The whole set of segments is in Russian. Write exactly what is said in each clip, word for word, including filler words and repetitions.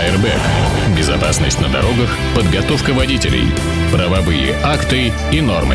Airbag. Безопасность на дорогах, подготовка водителей, правовые акты и нормы.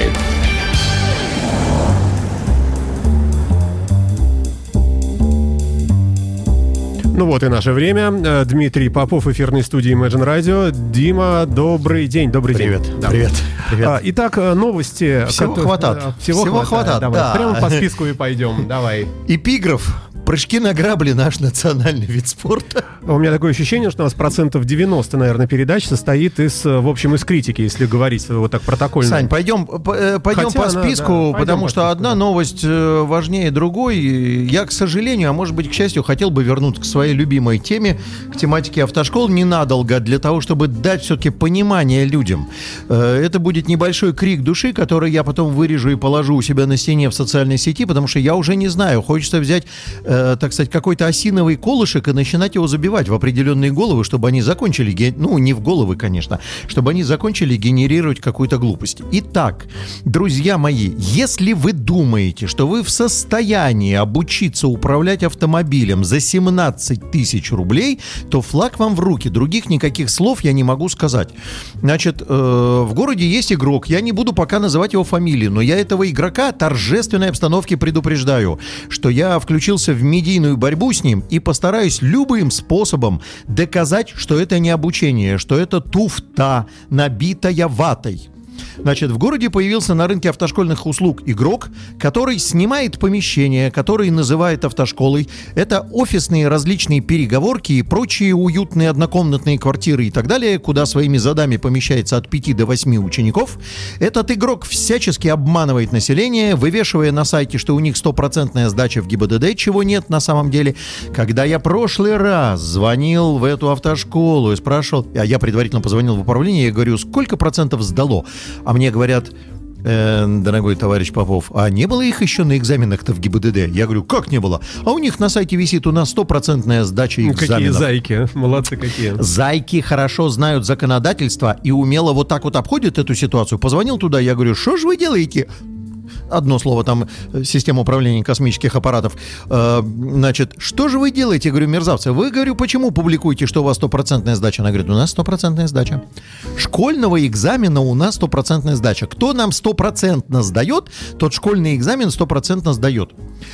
Ну вот и наше время. Дмитрий Попов, эфирной студии Imagine Radio. Дима, добрый день. Добрый Привет. день. Да. Привет. Привет. А, итак, новости. Всего которые... хватает. Всего, Всего хватает. хватает, Давай, да. прямо по списку и пойдем. Давай. Эпиграф. Прыжки на грабли — наш национальный вид спорта. У меня такое ощущение, что у нас процентов девяносто, наверное, передач состоит из, в общем, из критики, если говорить вот так протокольно. Сань, пойдем, пойдем Хотя по она, списку, да, потому по что списку, одна да. новость важнее другой. Я, к сожалению, а может быть, к счастью, хотел бы вернуться к своей любимой теме, к тематике автошкол ненадолго, для того, чтобы дать все-таки понимание людям. Это будет небольшой крик души, который я потом вырежу и положу у себя на стене в социальной сети, потому что я уже не знаю, хочется взять, так сказать, какой-то осиновый колышек и начинать его забивать в определенные головы, чтобы они закончили, ну, не в головы, конечно, чтобы они закончили генерировать какую-то глупость. Итак, друзья мои, если вы думаете, что вы в состоянии обучиться управлять автомобилем за семнадцать тысяч рублей, то флаг вам в руки. Других никаких слов я не могу сказать. Значит, э, в городе есть игрок, я не буду пока называть его фамилию, но я этого игрока в торжественной обстановке предупреждаю, что я включился в медийную борьбу с ним и постараюсь любым способом доказать, что это не обучение, что это туфта, набитая ватой. Значит, в городе появился на рынке автошкольных услуг игрок, который снимает помещения, которые называет автошколой. Это офисные различные переговорки и прочие уютные однокомнатные квартиры и так далее, куда своими задами помещается от пяти до восьми учеников. Этот игрок всячески обманывает население, вывешивая на сайте, что у них стопроцентная сдача в ГИБДД, чего нет на самом деле. Когда я прошлый раз звонил в эту автошколу и спрашивал, а я предварительно позвонил в управление, я говорю, сколько процентов сдало? А мне говорят, э, дорогой товарищ Попов, а не было их еще на экзаменах-то в ГИБДД? Я говорю, как не было? А у них на сайте висит у нас стопроцентная сдача экзаменов. Какие зайки, молодцы какие. Зайки хорошо знают законодательство и умело вот так вот обходят эту ситуацию. Позвонил туда, я говорю, что же вы делаете? Одно слово, там, система управления космических аппаратов. Э, значит, что же вы делаете? Я говорю, мерзавцы, вы, говорю, почему публикуете, что у вас стопроцентная сдача? Она говорит, у нас стопроцентная сдача. Школьного экзамена у нас стопроцентная сдача. Кто нам стопроцентно сдает, тот школьный экзамен стопроцентно сдает.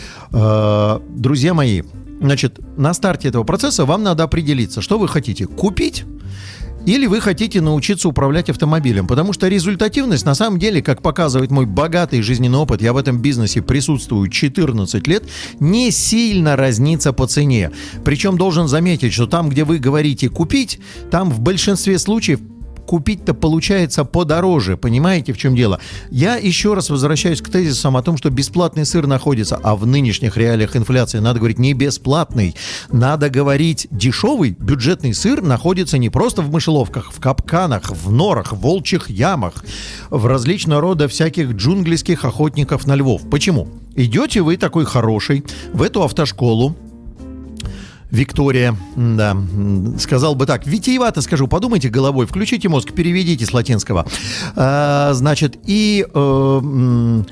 Э, друзья мои, значит, на старте этого процесса вам надо определиться, что вы хотите. Купить? Или вы хотите научиться управлять автомобилем? Потому что результативность, на самом деле, как показывает мой богатый жизненный опыт, я в этом бизнесе присутствую четырнадцать лет, не сильно разнится по цене. Причем должен заметить, что там, где вы говорите «купить», там в большинстве случаев купить-то получается подороже, понимаете, в чем дело? Я еще раз возвращаюсь к тезисам о том, что бесплатный сыр находится, а в нынешних реалиях инфляции надо говорить не бесплатный, надо говорить дешевый, бюджетный сыр находится не просто в мышеловках, в капканах, в норах, в волчьих ямах, в различного рода всяких джунглийских охотников на львов. Почему? Идете вы такой хороший в эту автошколу, Виктория, да, сказал бы так, витиевато скажу, подумайте головой, включите мозг, переведите с латинского. А, значит, и э,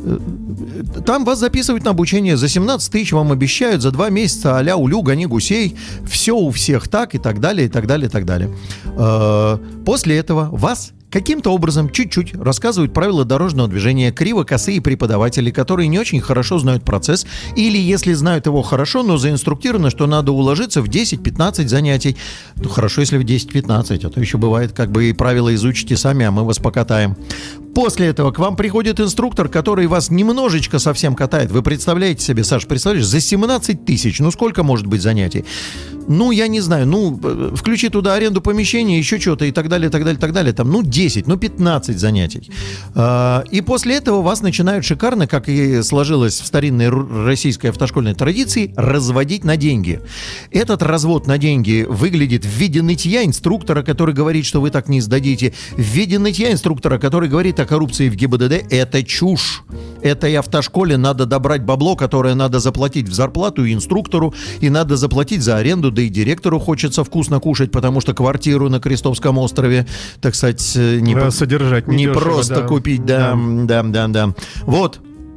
там вас записывают на обучение, за семнадцать тысяч вам обещают, за два месяца а-ля улю, гони гусей, все у всех так и так далее, и так далее, и так далее. А, после этого вас каким-то образом чуть-чуть рассказывают правила дорожного движения криво-косые преподаватели, которые не очень хорошо знают процесс, или если знают его хорошо, но заинструктированы, что надо уложиться в десять-пятнадцать занятий. Ну, хорошо, если в десять-пятнадцать, а то еще бывает, как бы и правила изучите сами, а мы вас покатаем. После этого к вам приходит инструктор, который вас немножечко совсем катает. Вы представляете себе, Саш, представляешь, за семнадцать тысяч, ну сколько может быть занятий? Ну, я не знаю, ну, включи туда аренду помещения, еще что-то и так далее, так далее, так далее. Там, ну, десять, ну, пятнадцать занятий. И после этого вас начинают шикарно, как и сложилось в старинной российской автошкольной традиции, разводить на деньги. Этот развод на деньги выглядит в виде нытья инструктора, который говорит, что вы так не сдадите, в виде нытья инструктора, который говорит о коррупции в ГИБДД. Это чушь. Этой автошколе надо добрать бабло, которое надо заплатить в зарплату и инструктору, и надо заплатить за аренду, да и директору хочется вкусно кушать, потому что квартиру на Крестовском острове, так сказать, не, да, содержать не недешево, просто да. купить. Да, да, да, да, да. Вот.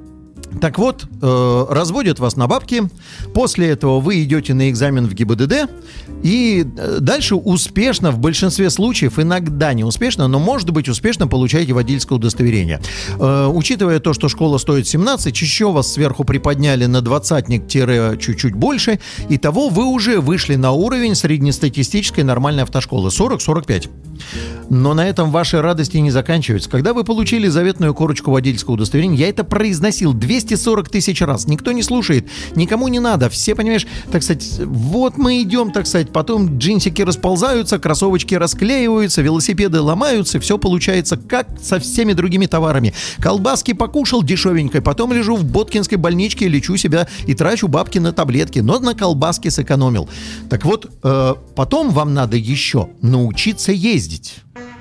Так вот, э, разводят вас на бабки, после этого вы идете на экзамен в ГИБДД, и дальше успешно, в большинстве случаев, иногда не успешно, но может быть успешно получаете водительское удостоверение. Э, учитывая то, что школа стоит семнадцать, еще вас сверху приподняли на двадцатник-чуть-чуть больше, итого вы уже вышли на уровень среднестатистической нормальной автошколы сорок - сорок пять. Но на этом ваши радости не заканчиваются. Когда вы получили заветную корочку водительского удостоверения, я это произносил двести сорок тысяч раз. Никто не слушает, никому не надо. Все, понимаешь, так сказать, вот мы идем, так сказать, потом джинсики расползаются, кроссовочки расклеиваются, велосипеды ломаются, все получается как со всеми другими товарами. Колбаски покушал дешевенькой, потом лежу в Боткинской больничке, лечу себя и трачу бабки на таблетки, но на колбаски сэкономил. Так вот, э, потом вам надо еще научиться ездить.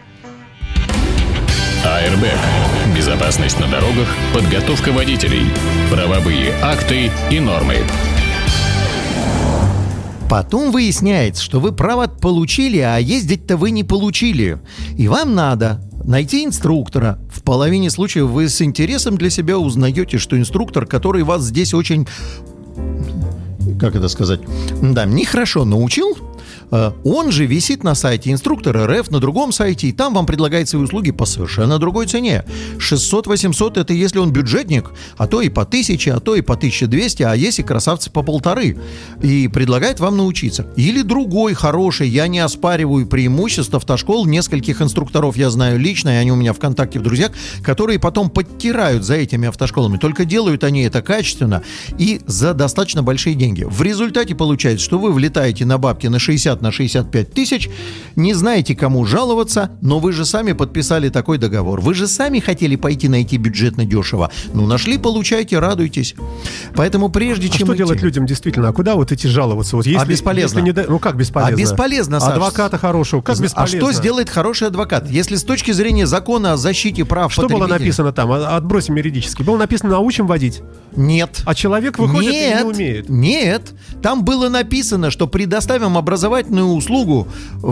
Airbag. Безопасность на дорогах, подготовка водителей, правовые акты и нормы. Потом выясняется, что вы право получили, а ездить-то вы не получили. И вам надо найти инструктора. В половине случаев вы с интересом для себя узнаете, что инструктор, который вас здесь очень, как это сказать, да, нехорошо научил, он же висит на сайте Инструктор точка эр эф, на другом сайте, и там вам предлагает свои услуги по совершенно другой цене. шестьсот-восемьсот это если он бюджетник, а то и по тысяче, а то и по тысяче двести, а есть и красавцы по полторы. И предлагает вам научиться. Или другой хороший, я не оспариваю преимуществ автошкол, нескольких инструкторов я знаю лично, и они у меня ВКонтакте в друзьях, которые потом подтирают за этими автошколами. Только делают они это качественно и за достаточно большие деньги. В результате получается, что вы влетаете на бабки на шестьдесят на шестьдесят пять тысяч, не знаете, кому жаловаться, но вы же сами подписали такой договор. Вы же сами хотели пойти найти бюджетно дешево. Ну, нашли, получайте, радуйтесь. Поэтому прежде а чем что идти... делать людям действительно? А куда вот идти жаловаться? Вот если, а бесполезно. Если не... Ну, как бесполезно? А бесполезно, Саш. Адвоката хорошего, как бесполезно? А что сделает хороший адвокат? Если с точки зрения закона о защите прав что потребителей... было написано там? Отбросим юридически. Было написано «научим водить». Нет. А человек выходит нет, и не умеет. Нет. Там было написано, что предоставим образовательную услугу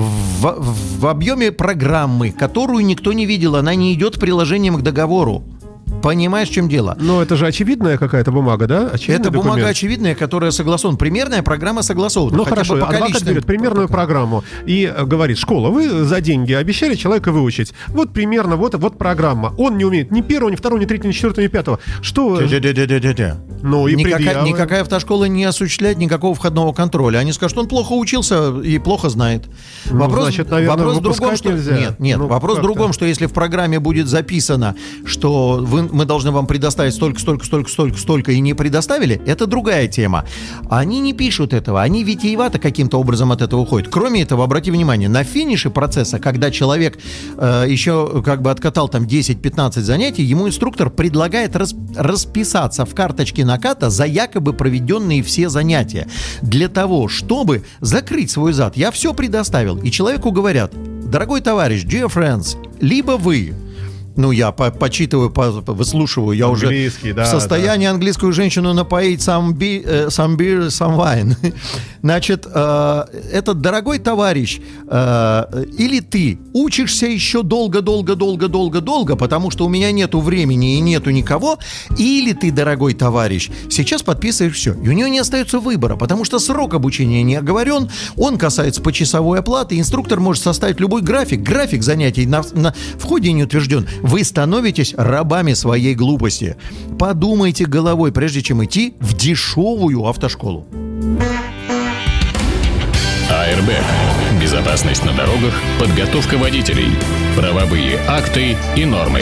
в, в объеме программы, которую никто не видел. Она не идет приложением к договору. Понимаешь, в чем дело? Но это же очевидная какая-то бумага, да? Очевидный это бумага документ. очевидная, которая согласована. Примерная программа согласована. Ну хорошо, адвокат личным... берет примерную программу и говорит: школа, вы за деньги обещали человека выучить. Вот примерно, вот, вот программа. Он не умеет ни первого, ни второго, ни третьего, ни четвертого, ни пятого. Что... Ну, и никакая, никакая автошкола не осуществляет никакого входного контроля. Они скажут, что он плохо учился и плохо знает. Ну, вопрос значит, наверное, вопрос в другом, что... нельзя. Нет, нет, ну, вопрос в другом, так? что если в программе будет записано, что вы, мы должны вам предоставить столько, столько, столько, столько, столько, и не предоставили, это другая тема. Они не пишут этого, они витиевато каким-то образом от этого уходят. Кроме этого, обрати внимание, на финише процесса, когда человек э, еще как бы откатал там десять-пятнадцать занятий, ему инструктор предлагает рас, расписаться в карточке наката за якобы проведенные все занятия. Для того, чтобы закрыть свой зад. Я все предоставил. И человеку говорят: дорогой товарищ, dear friends, либо вы... Ну, я по почитываю, по выслушиваю, я Английский, уже да, в состоянии да. английскую женщину напоить some beer, э, some, beer, some wine. Значит, э, этот дорогой товарищ, э, или ты учишься еще долго-долго-долго-долго-долго, потому что у меня нету времени и нету никого, или ты, дорогой товарищ, сейчас подписываешь все. И у него не остается выбора, потому что срок обучения не оговорен, он касается почасовой оплаты, инструктор может составить любой график, график занятий на, на входе не утвержден. Вы становитесь рабами своей глупости. Подумайте головой, прежде чем идти в дешевую автошколу. Airbag. Безопасность на дорогах, подготовка водителей, правовые акты и нормы.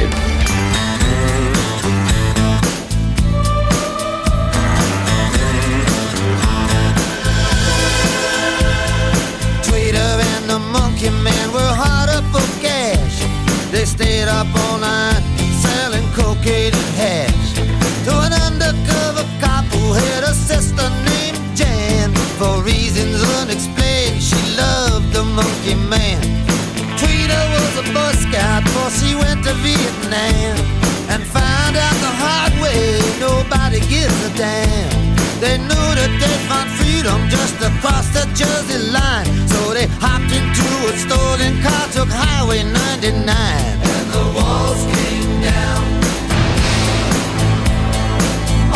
They stayed up all night selling cocaine and hash to an undercover cop who had a sister named Jan. For reasons unexplained, she loved the monkey man. Tweeter was a bus scout before she went to Vietnam and found out the hard way nobody gives a damn. They knew that they'd find freedom just across the Jersey line, so they hopped into a stolen car, took Highway ninety-nine, and the walls came down.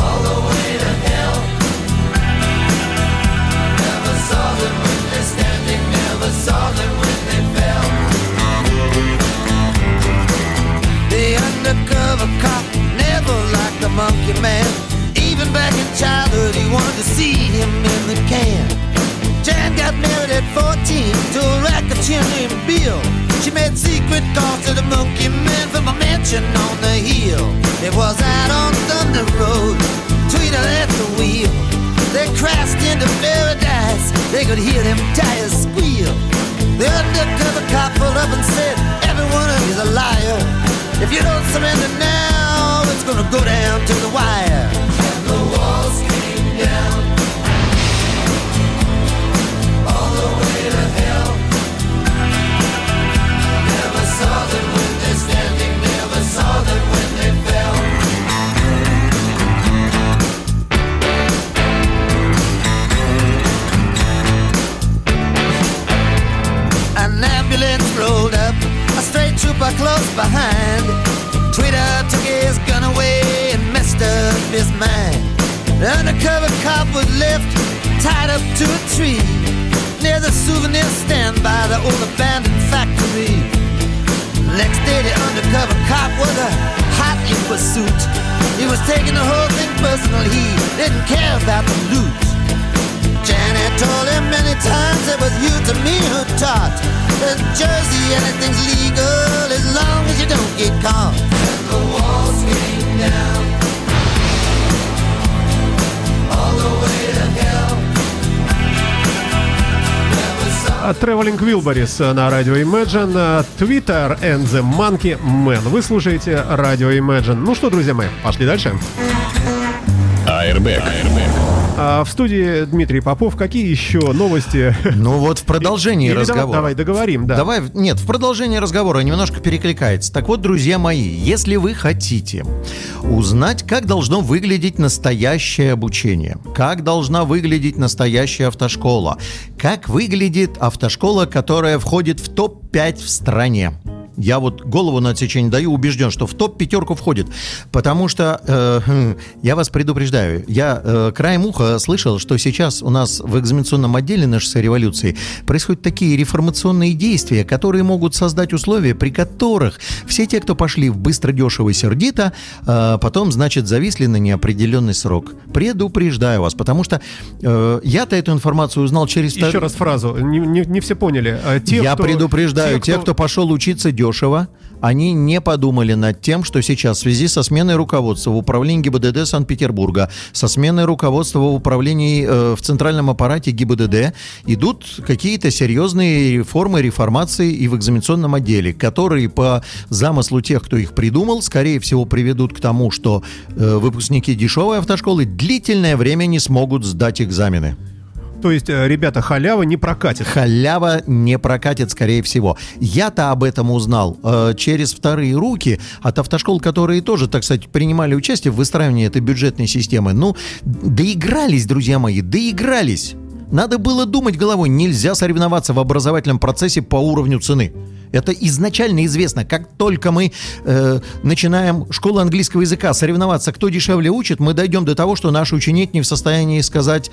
mansion on the hill. It was out on Thunder Road. Tweeter at the wheel. They crashed into paradise. They could hear them tires squeal. The undercover cop pulled up and said, every one of you's a liar. If you don't surrender now, it's gonna go down to the wire. And the walls came down all the way to hell. Never saw them when they're standing, never saw them when they fell. An ambulance rolled up, a straight trooper close behind. Tweeter took his gun away and messed up his mind. The undercover cop was left tied up to a tree near the souvenir stand by the old abandoned factory. Next day the undercover cop was a hot in pursuit. He was taking the whole thing personal, he didn't care about the loot. Janet told him many times it was you to me who taught. In Jersey anything's legal as long as you don't get caught. And the walls came down all the way to hell. Traveling Wilburys на радио Imagine, Twitter and the Monkey Man. Вы слушаете радио Imagine. Ну что, друзья мои, пошли дальше. Airbag. А в студии Дмитрий Попов. Какие еще новости? Ну вот в продолжении Или разговора. Давай, давай договорим, да. Давай, нет, в продолжении разговора немножко перекликается. Так вот, друзья мои, если вы хотите узнать, как должно выглядеть настоящее обучение, как должна выглядеть настоящая автошкола, как выглядит автошкола, которая входит в топ пять в стране, я вот голову на отсечение даю, убежден, что в топ-пятерку входит. Потому что, э, я вас предупреждаю, я э, краем уха слышал, что сейчас у нас в экзаменационном отделе нашей революции происходят такие реформационные действия, которые могут создать условия, при которых все те, кто пошли в быстро, дешево и сердито, э, потом, значит, зависли на неопределенный срок. Предупреждаю вас, потому что э, я-то эту информацию узнал через... Еще раз фразу, не, не, не все поняли. Те, я кто, предупреждаю, те, тех, кто... кто пошел учиться дешево, они не подумали над тем, что сейчас в связи со сменой руководства в управлении ГИБДД Санкт-Петербурга, со сменой руководства в управлении э, в центральном аппарате ГИБДД идут какие-то серьезные реформы, реформации и в экзаменационном отделе, которые по замыслу тех, кто их придумал, скорее всего приведут к тому, что э, выпускники дешевой автошколы длительное время не смогут сдать экзамены. То есть, ребята, халява не прокатит. Халява не прокатит, скорее всего. Я-то об этом узнал э, через вторые руки от автошкол, которые тоже, так сказать, принимали участие в выстраивании этой бюджетной системы. Ну, доигрались, друзья мои, доигрались. Надо было думать головой. Нельзя соревноваться в образовательном процессе по уровню цены. Это изначально известно. Как только мы э, начинаем школу английского языка соревноваться, кто дешевле учит, мы дойдем до того, что наш ученик не в состоянии сказать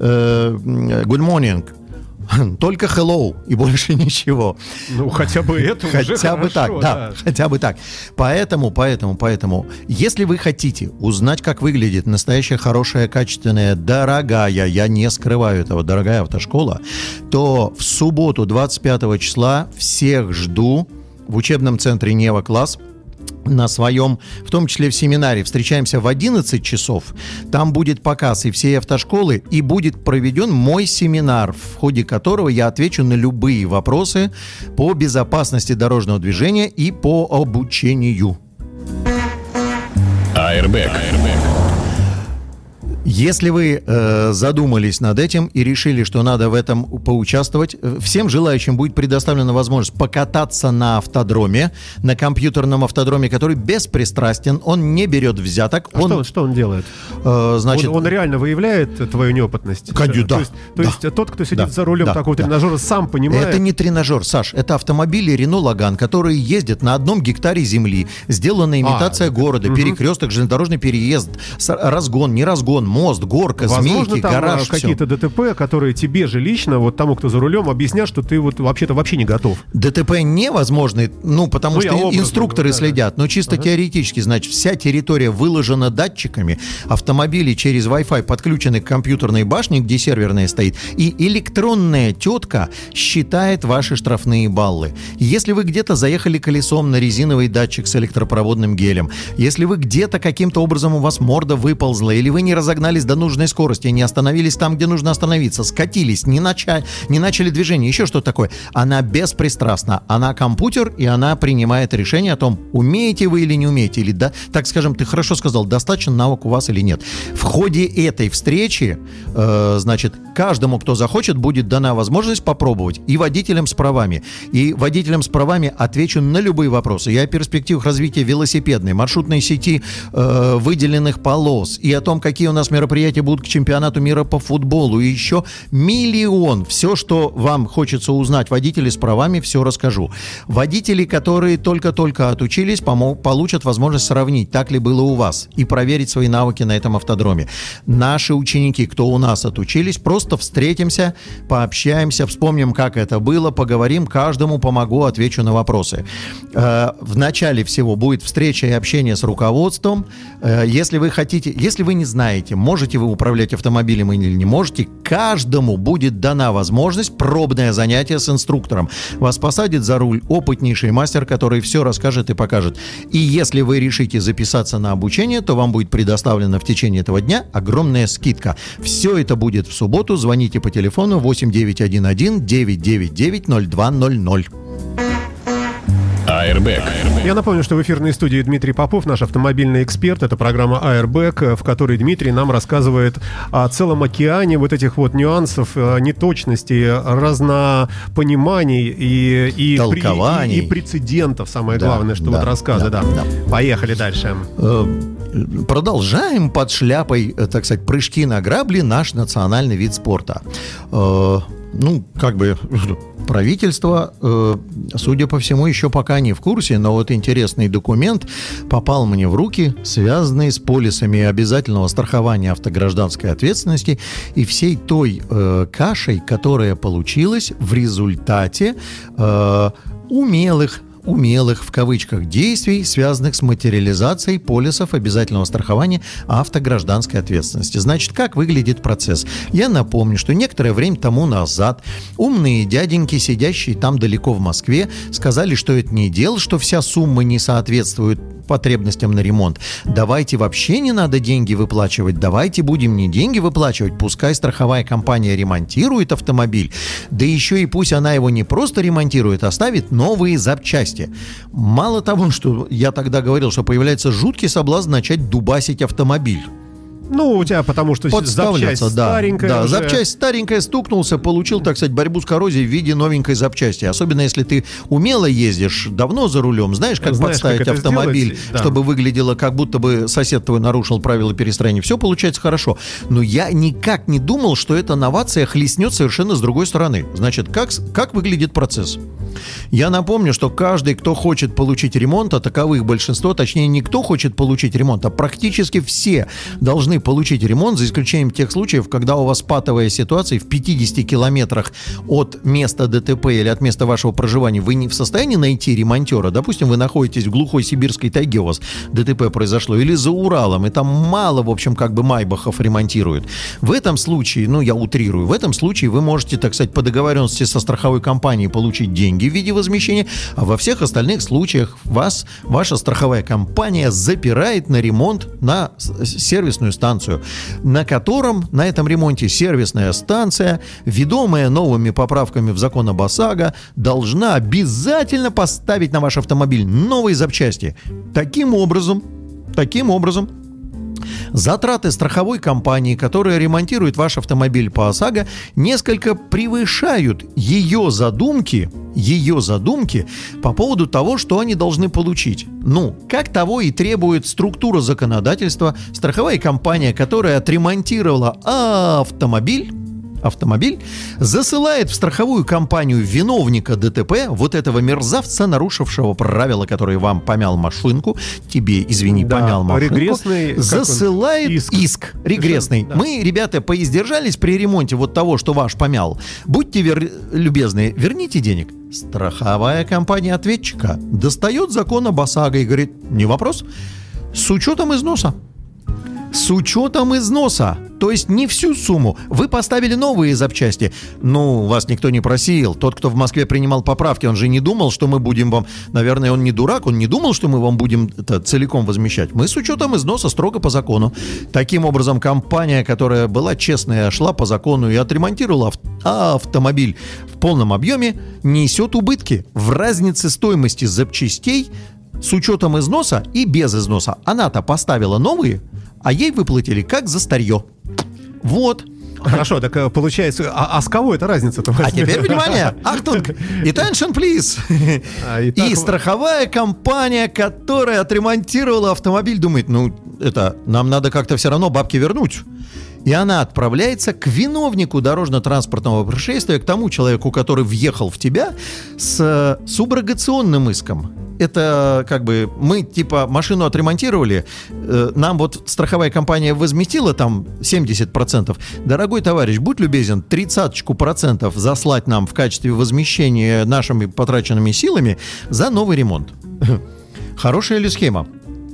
э, «good morning». Только hello и больше ничего. Ну, хотя бы это уже Хотя бы хорошо, так, да, да. хотя бы так. Поэтому, поэтому, поэтому, если вы хотите узнать, как выглядит настоящая, хорошая, качественная, дорогая, я не скрываю этого, дорогая автошкола, то в субботу, двадцать пятого числа, всех жду в учебном центре «Нева Класс». На своем, в том числе в семинаре, встречаемся в одиннадцать часов. Там будет показ и всей автошколы, и будет проведен мой семинар, в ходе которого я отвечу на любые вопросы по безопасности дорожного движения и по обучению. Airbag. Если вы э, задумались над этим и решили, что надо в этом поучаствовать, всем желающим будет предоставлена возможность покататься на автодроме, на компьютерном автодроме, который беспристрастен, он не берет взяток. А он, что, что он делает? Э, значит, он, он реально выявляет твою неопытность? Конечно, то да, есть, то да, есть тот, кто сидит да, за рулем да, такого да. тренажера, сам понимает... Это не тренажер, Саш, это автомобили Renault Logan, которые ездят на одном гектаре земли. Сделана имитация а, города, угу. перекресток, железнодорожный переезд, разгон, не разгон, мост, горка, Возможно, змейки, там гараж, а, какие-то ДТП, которые тебе же лично, вот тому, кто за рулем, объяснят, что ты вот вообще-то вообще не готов. ДТП невозможно, ну, потому Ну, что я образно инструкторы говорю, да, следят, но чисто Ага. теоретически, значит, вся территория выложена датчиками, автомобили через Wi-Fi подключены к компьютерной башне, где серверная стоит, и электронная тетка считает ваши штрафные баллы. Если вы где-то заехали колесом на резиновый датчик с электропроводным гелем, если вы где-то каким-то образом у вас морда выползла, или вы не разогнались до нужной скорости, не остановились там, где нужно остановиться, скатились, не, начали, не начали движение, еще что такое, она беспристрастна, она компьютер, и она принимает решение о том, умеете вы или не умеете, или, да, так скажем, ты хорошо сказал, достаточно навык у вас или нет. В ходе этой встречи, э, значит, каждому, кто захочет, будет дана возможность попробовать, и водителям с правами, и водителям с правами отвечу на любые вопросы. Я о перспективах развития велосипедной, маршрутной сети, э, выделенных полос, и о том, какие у нас мероприятия будут к чемпионату мира по футболу, и еще миллион. Все, что вам хочется узнать, водители с правами, все расскажу. Водители, которые только-только отучились, помо- получат возможность сравнить, так ли было у вас, и проверить свои навыки на этом автодроме. Наши ученики, кто у нас отучились, просто встретимся, пообщаемся, вспомним, как это было, поговорим, каждому помогу, отвечу на вопросы. Э, в начале всего будет встреча и общение с руководством. Э, если вы хотите, если вы не знаете, можете вы управлять автомобилем или не можете, каждому будет дана возможность пробное занятие с инструктором. Вас посадит за руль опытнейший мастер, который все расскажет и покажет. И если вы решите записаться на обучение, то вам будет предоставлена в течение этого дня огромная скидка. Все это будет в субботу. Звоните по телефону восемь девятьсот одиннадцать девятьсот девяносто девять ноль два ноль ноль. Airbag. Я напомню, что в эфирной студии Дмитрий Попов, наш автомобильный эксперт. Это программа Airbag, в которой Дмитрий нам рассказывает о целом океане вот этих вот нюансов, неточностей, разнопониманий и, и, толкований. и, и прецедентов. Самое Да, главное, что да, вот рассказы. Да, да, да. Поехали дальше. Продолжаем под шляпой, так сказать, прыжки на грабли наш национальный вид спорта. Э, ну, как бы правительство, э, судя по всему, еще пока не в курсе, но вот интересный документ попал мне в руки, связанный с полисами обязательного страхования автогражданской ответственности и всей той э, кашей, которая получилась в результате э, умелых умелых, в кавычках, действий, связанных с материализацией полисов обязательного страхования автогражданской ответственности. Значит, как выглядит процесс? Я напомню, что некоторое время тому назад умные дяденьки, сидящие там далеко в Москве, сказали, что это не дело, что вся сумма не соответствует потребностям на ремонт. Давайте вообще не надо деньги выплачивать, давайте будем не деньги выплачивать, пускай страховая компания ремонтирует автомобиль, да еще и пусть она его не просто ремонтирует, а ставит новые запчасти. Мало того, что я тогда говорил, что появляется жуткий соблазн начать дубасить автомобиль. Ну, у тебя потому что запчасть да, старенькая. Да, уже. запчасть старенькая, стукнулся, получил, так сказать, борьбу с коррозией в виде новенькой запчасти. Особенно, если ты умело ездишь, давно за рулем, знаешь, как Знаешь, подставить как это автомобиль, сделать, да. чтобы выглядело, как будто бы сосед твой нарушил правила перестроения. Все получается хорошо. Но я никак не думал, что эта новация хлестнет совершенно с другой стороны. Значит, как, как выглядит процесс? Я напомню, что каждый, кто хочет получить ремонт, а таковых большинство, точнее, не кто хочет получить ремонт, а практически все должны получить ремонт, за исключением тех случаев, когда у вас патовая ситуация в пятидесяти километрах от места ДТП или от места вашего проживания, вы не в состоянии найти ремонтера. Допустим, вы находитесь в глухой сибирской тайге, у вас ДТП произошло, или за Уралом, и там мало, в общем, как бы майбахов ремонтируют. В этом случае, ну, я утрирую, в этом случае вы можете, так сказать, по договоренности со страховой компанией получить деньги в виде возмещения, а во всех остальных случаях вас ваша страховая компания запирает на ремонт на сервисную станцию, на котором, на этом ремонте сервисная станция, ведомая новыми поправками в закон об ОСАГО, должна обязательно поставить на ваш автомобиль новые запчасти. Таким образом, таким образом, затраты страховой компании, которая ремонтирует ваш автомобиль по ОСАГО, несколько превышают ее задумки, ее задумки по поводу того, что они должны получить. Ну, как того и требует структура законодательства, страховая компания, которая отремонтировала автомобиль, автомобиль, засылает в страховую компанию виновника ДТП, вот этого мерзавца, нарушившего правила, который вам помял машинку, тебе, извини, Да, помял машинку, регрессный, засылает иск. иск, регрессный. Да. Мы, ребята, поиздержались при ремонте вот того, что ваш помял. Будьте вер... любезны, верните денег. Страховая компания ответчика достает закон об ОСАГО и говорит, не вопрос, с учетом износа. С учетом износа. То есть не всю сумму. Вы поставили новые запчасти. Ну, вас никто не просил. Тот, кто в Москве принимал поправки, он же не думал, что мы будем вам... Наверное, он не дурак, он не думал, что мы вам будем это целиком возмещать. Мы с учетом износа строго по закону. Таким образом, компания, которая была честная, шла по закону и отремонтировала ав- автомобиль в полном объеме, несет убытки в разнице стоимости запчастей с учетом износа и без износа. Она-то поставила новые, а ей выплатили как за старье. Вот. Хорошо, так э, получается, а, а с кого эта разница-то? А теперь внимание! Ахтунг! Attention, please! А, итак, И страховая компания, которая отремонтировала автомобиль, думает, ну, это, нам надо как-то все равно бабки вернуть. И она отправляется к виновнику дорожно-транспортного происшествия, к тому человеку, который въехал в тебя с суброгационным иском. Это как бы мы типа машину отремонтировали, э, нам вот страховая компания возместила там семьдесят процентов. Дорогой товарищ, будь любезен, тридцать процентов заслать нам в качестве возмещения нашими потраченными силами за новый ремонт. Хорошая ли схема?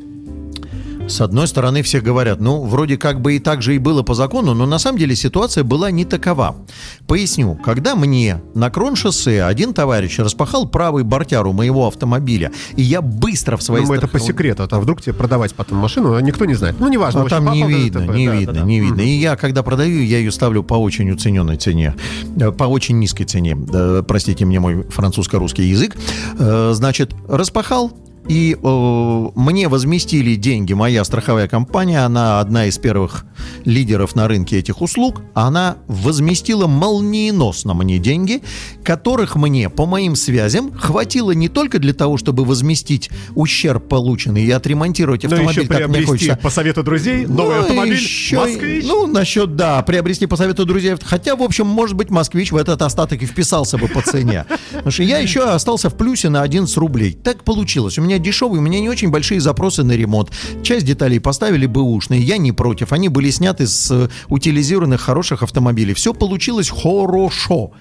С одной стороны, все говорят, ну, вроде как бы и так же и было по закону, но на самом деле ситуация была не такова. Поясню. Когда мне на Крон-шоссе один товарищ распахал правый бортяру моего автомобиля, и я быстро в своей... Ну, это по секрету, а вдруг тебе продавать потом машину, а никто не знает. Ну, неважно. Ну, там не видно, не да, видно, да, да. не видно. Мгм. И я, когда продаю, я ее ставлю по очень уцененной цене, э, по очень низкой цене. Э, Простите мне мой французско-русский язык. Э, Значит, распахал, и э, мне возместили деньги моя страховая компания, она одна из первых лидеров на рынке этих услуг, она возместила молниеносно мне деньги, которых мне, по моим связям, хватило не только для того, чтобы возместить ущерб полученный и отремонтировать Но автомобиль, еще как мне приобрести хочется. по совету друзей новый Ну, автомобиль еще, «Москвич». Ну, насчет, да, приобрести по совету друзей. Хотя, в общем, может быть, «Москвич» в этот остаток и вписался бы по цене. Потому что я еще остался в плюсе на одиннадцать рублей. Так получилось. У меня дешевый, у меня не очень большие запросы на ремонт. Часть деталей поставили бэушные, я не против. Они были сняты с э, утилизированных хороших автомобилей. Все получилось хорошо.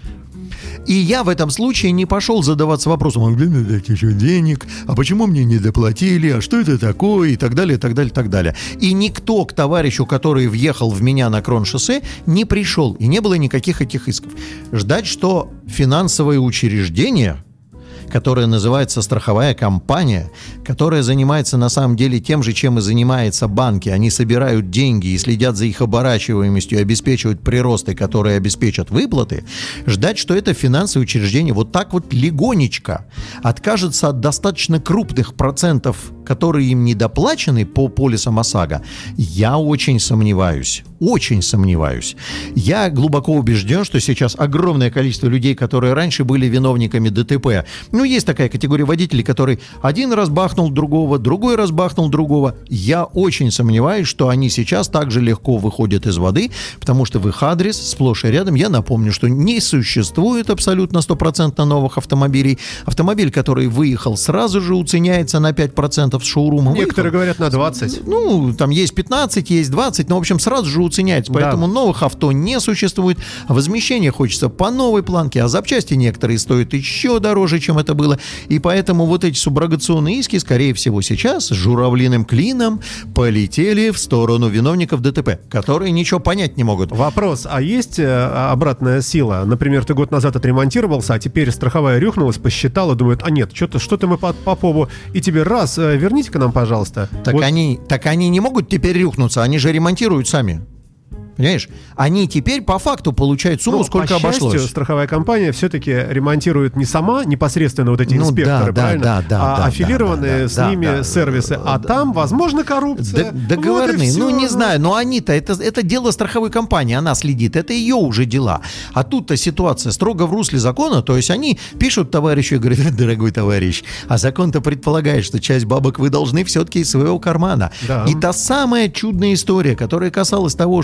И я в этом случае не пошел задаваться вопросом, а где мне дать еще денег, а почему мне не доплатили, а что это такое, и так далее, и так далее, и так далее. И никто к товарищу, который въехал в меня на Крон-шоссе, не пришел, и не было никаких этих исков. Ждать, что финансовое учреждение, которая называется страховая компания, которая занимается на самом деле тем же, чем и занимаются банки. Они собирают деньги и следят за их оборачиваемостью и обеспечивают приросты, которые обеспечат выплаты. Ждать, что это финансовое учреждение вот так вот легонечко откажется от достаточно крупных процентов, которые им недоплачены по полисам ОСАГО, я очень сомневаюсь. Очень сомневаюсь. Я глубоко убежден, что сейчас огромное количество людей, которые раньше были виновниками ДТП, ну, есть такая категория водителей, который один раз бахнул другого, другой раз бахнул другого. Я очень сомневаюсь, что они сейчас так же легко выходят из воды, потому что в их адрес сплошь и рядом, я напомню, что не существует абсолютно стопроцентно новых автомобилей. Автомобиль, который выехал, сразу же уценяется на пять процентов с шоурума. Некоторые Выехал. говорят на двадцать. Ну, там есть пятнадцать, есть двадцать, но, в общем, сразу же уценяется. Поэтому Да. новых авто не существует. Возмещение хочется по новой планке, а запчасти некоторые стоят еще дороже, чем это было. И поэтому вот эти суброгационные иски, скорее всего, сейчас с журавлиным клином полетели в сторону виновников ДТП, которые ничего понять не могут. Вопрос, а есть э, обратная сила? Например, ты год назад отремонтировался, а теперь страховая рюхнулась, посчитала, думает, а нет, что-то что-то мы по Попову, и тебе раз, э, верните-ка нам, пожалуйста. Так, Вот. они, так они не могут теперь рюхнуться, они же ремонтируют сами. Понимаешь? Они теперь по факту получают сумму, Ну, сколько по счастью, обошлось. страховая компания все-таки ремонтирует не сама непосредственно вот эти Ну, инспекторы, да, да, правильно? да, да, а да, аффилированные да, да, с да, ними да, сервисы. да, а да. там, возможно, коррупция. Д- договорные. Вот и Ну, всё. не знаю, но они-то, это, это дело страховой компании, она следит, это ее уже дела. А тут-то ситуация строго в русле закона, то есть они пишут товарищу и говорят, дорогой товарищ, а закон-то предполагает, что часть бабок вы должны все-таки из своего кармана. Да. И та самая чудная история, которая касалась того, что не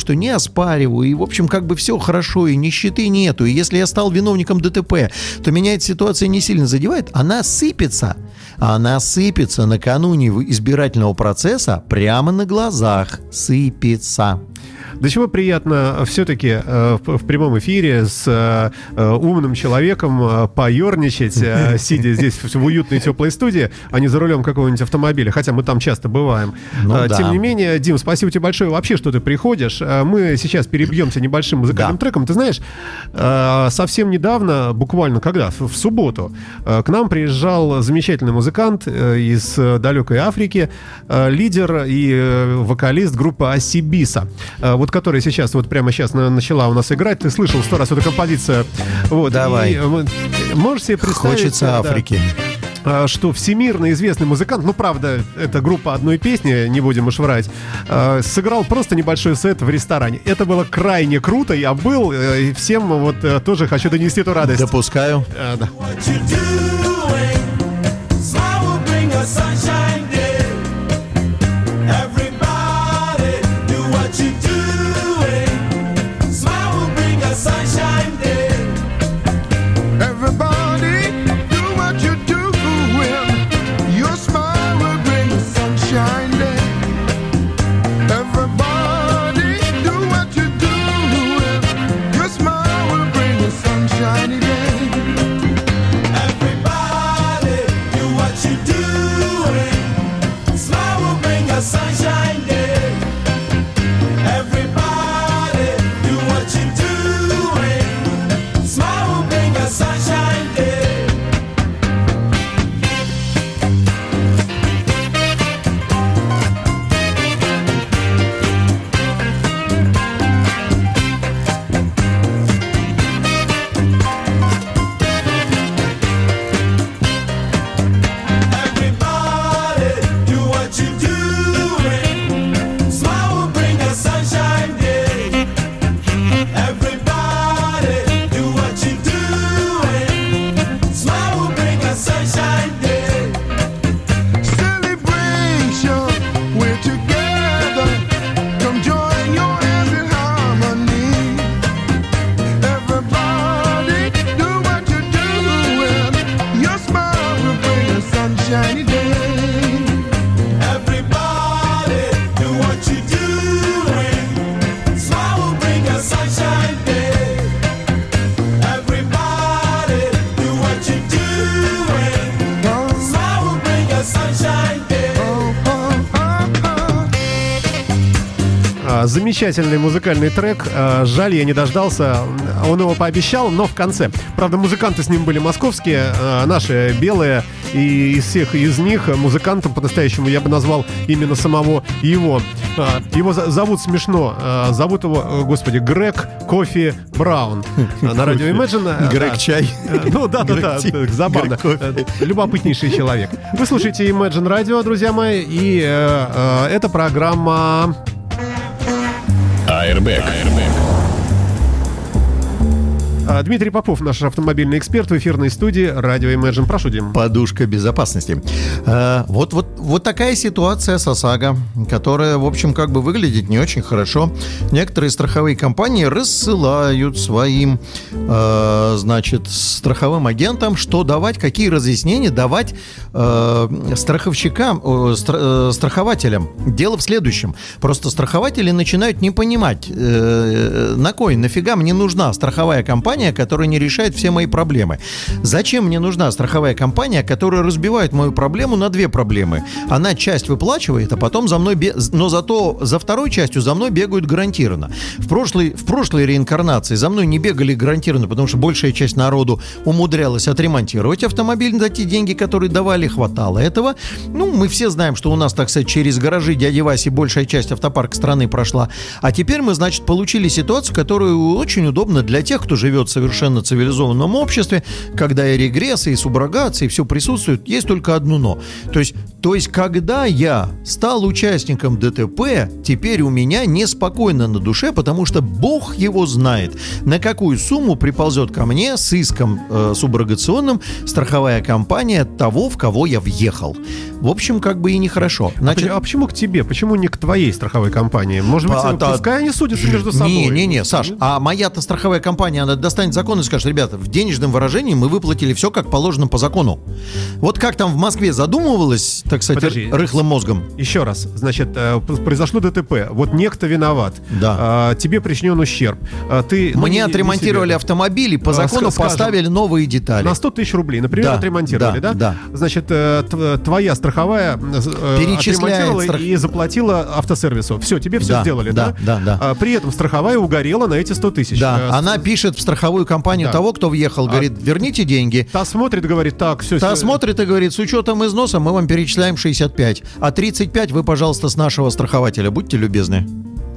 оспариваю, и, в общем, как бы все хорошо, и нищеты нету, и если я стал виновником ДТП, то меня эта ситуация не сильно задевает, она сыпется. Она сыпется накануне избирательного процесса прямо на глазах. Сыпется. До чего приятно все-таки э, в, в прямом эфире с э, умным человеком э, поерничать, э, сидя здесь в, в уютной теплой студии, а не за рулем какого-нибудь автомобиля, хотя мы там часто бываем. Ну, э, да. Тем не менее, Дим, спасибо тебе большое вообще, что ты приходишь. Э, мы сейчас перебьемся небольшим музыкальным Да. треком. Ты знаешь, э, совсем недавно, буквально когда, в, в субботу, э, к нам приезжал замечательный музыкант э, из э, далекой Африки, э, лидер и э, вокалист группы Асибиса. Э, вот которая сейчас, вот прямо сейчас на, начала у нас играть. Ты слышал сто раз эту композицию. Вот. Давай. И, э, можешь себе представить... Хочется да, Африки. э, что всемирно известный музыкант, ну, правда, это группа одной песни, не будем уж врать, э, сыграл просто небольшой сет в ресторане. Это было крайне круто, я был, э, и всем вот э, тоже хочу донести эту радость. Допускаю. Э, да. Замечательный музыкальный трек. Жаль, я не дождался. Он его пообещал, но в конце. Правда, музыканты с ним были московские, наши белые. И из всех из них музыкантом по-настоящему я бы назвал именно самого его. Его зовут смешно. Зовут его, господи, Грег Кофи Браун. На радио Imagine. Грег Чай. Ну да, да, да. Забавно. Любопытнейший человек. Вы слушаете Imagine Radio, друзья мои. И это программа... Airbag. Дмитрий Попов, наш автомобильный эксперт, в эфирной студии радио Imagine. Прошу, Дим. Подушка безопасности. А, вот, вот, вот такая ситуация с ОСАГО, которая, в общем, как бы выглядит не очень хорошо. Некоторые страховые компании рассылают своим, э, значит, страховым агентам, что давать, какие разъяснения давать э, страховщикам, э, стра- э, страхователям. Дело в следующем. Просто страхователи начинают не понимать, э, на кой, нафига мне нужна страховая компания, которая не решает все мои проблемы. Зачем мне нужна страховая компания, которая разбивает мою проблему на две проблемы? Она часть выплачивает, а потом за мной... Бе... Но зато за второй частью за мной бегают гарантированно. В прошлой, в прошлой реинкарнации за мной не бегали гарантированно, потому что большая часть народу умудрялась отремонтировать автомобиль за те деньги, которые давали, хватало этого. Ну, мы все знаем, что у нас, так сказать, через гаражи дяди Васи большая часть автопарка страны прошла. А теперь мы, значит, получили ситуацию, которая очень удобна для тех, кто живет в совершенно цивилизованном обществе, когда и регрессы, и суброгации, и все присутствует. Есть только одно «но». То есть То есть, когда я стал участником ДТП, теперь у меня неспокойно на душе, потому что бог его знает, на какую сумму приползет ко мне с иском э, суброгационным страховая компания того, в кого я въехал. В общем, как бы и нехорошо. Значит, а, а почему к тебе? Почему не к твоей страховой компании? Может быть, а, пускай они судятся между собой. Не-не-не, Саш, а моя-то страховая компания, она достанет закон и скажет: ребята, в денежном выражении мы выплатили все как положено по закону. Вот как там в Москве задумывалось, так сказать, Подожди. рыхлым мозгом. Еще раз, значит, э, произошло ДТП, вот некто виноват, Да. а, тебе причинен ущерб. А, ты, ну, Мне не- не отремонтировали себе. автомобиль и по А, закону скажем, поставили новые детали. На сто тысяч рублей, например, Да, отремонтировали, да? да, Значит, э, т- твоя страховая э, Перечисляет отремонтировала страх- и заплатила автосервису. Все, тебе все Да, сделали, да? да, да, да. А, при этом страховая угорела на эти сто тысяч. Да, Э, она пишет в страховую компанию Да. того, кто въехал, говорит: верните деньги. Та смотрит, говорит, так, все. Та смотрит и говорит: с учетом износа мы вам перечисляем шестьдесят пять, а тридцать пять вы, пожалуйста, с нашего страхователя, будьте любезны.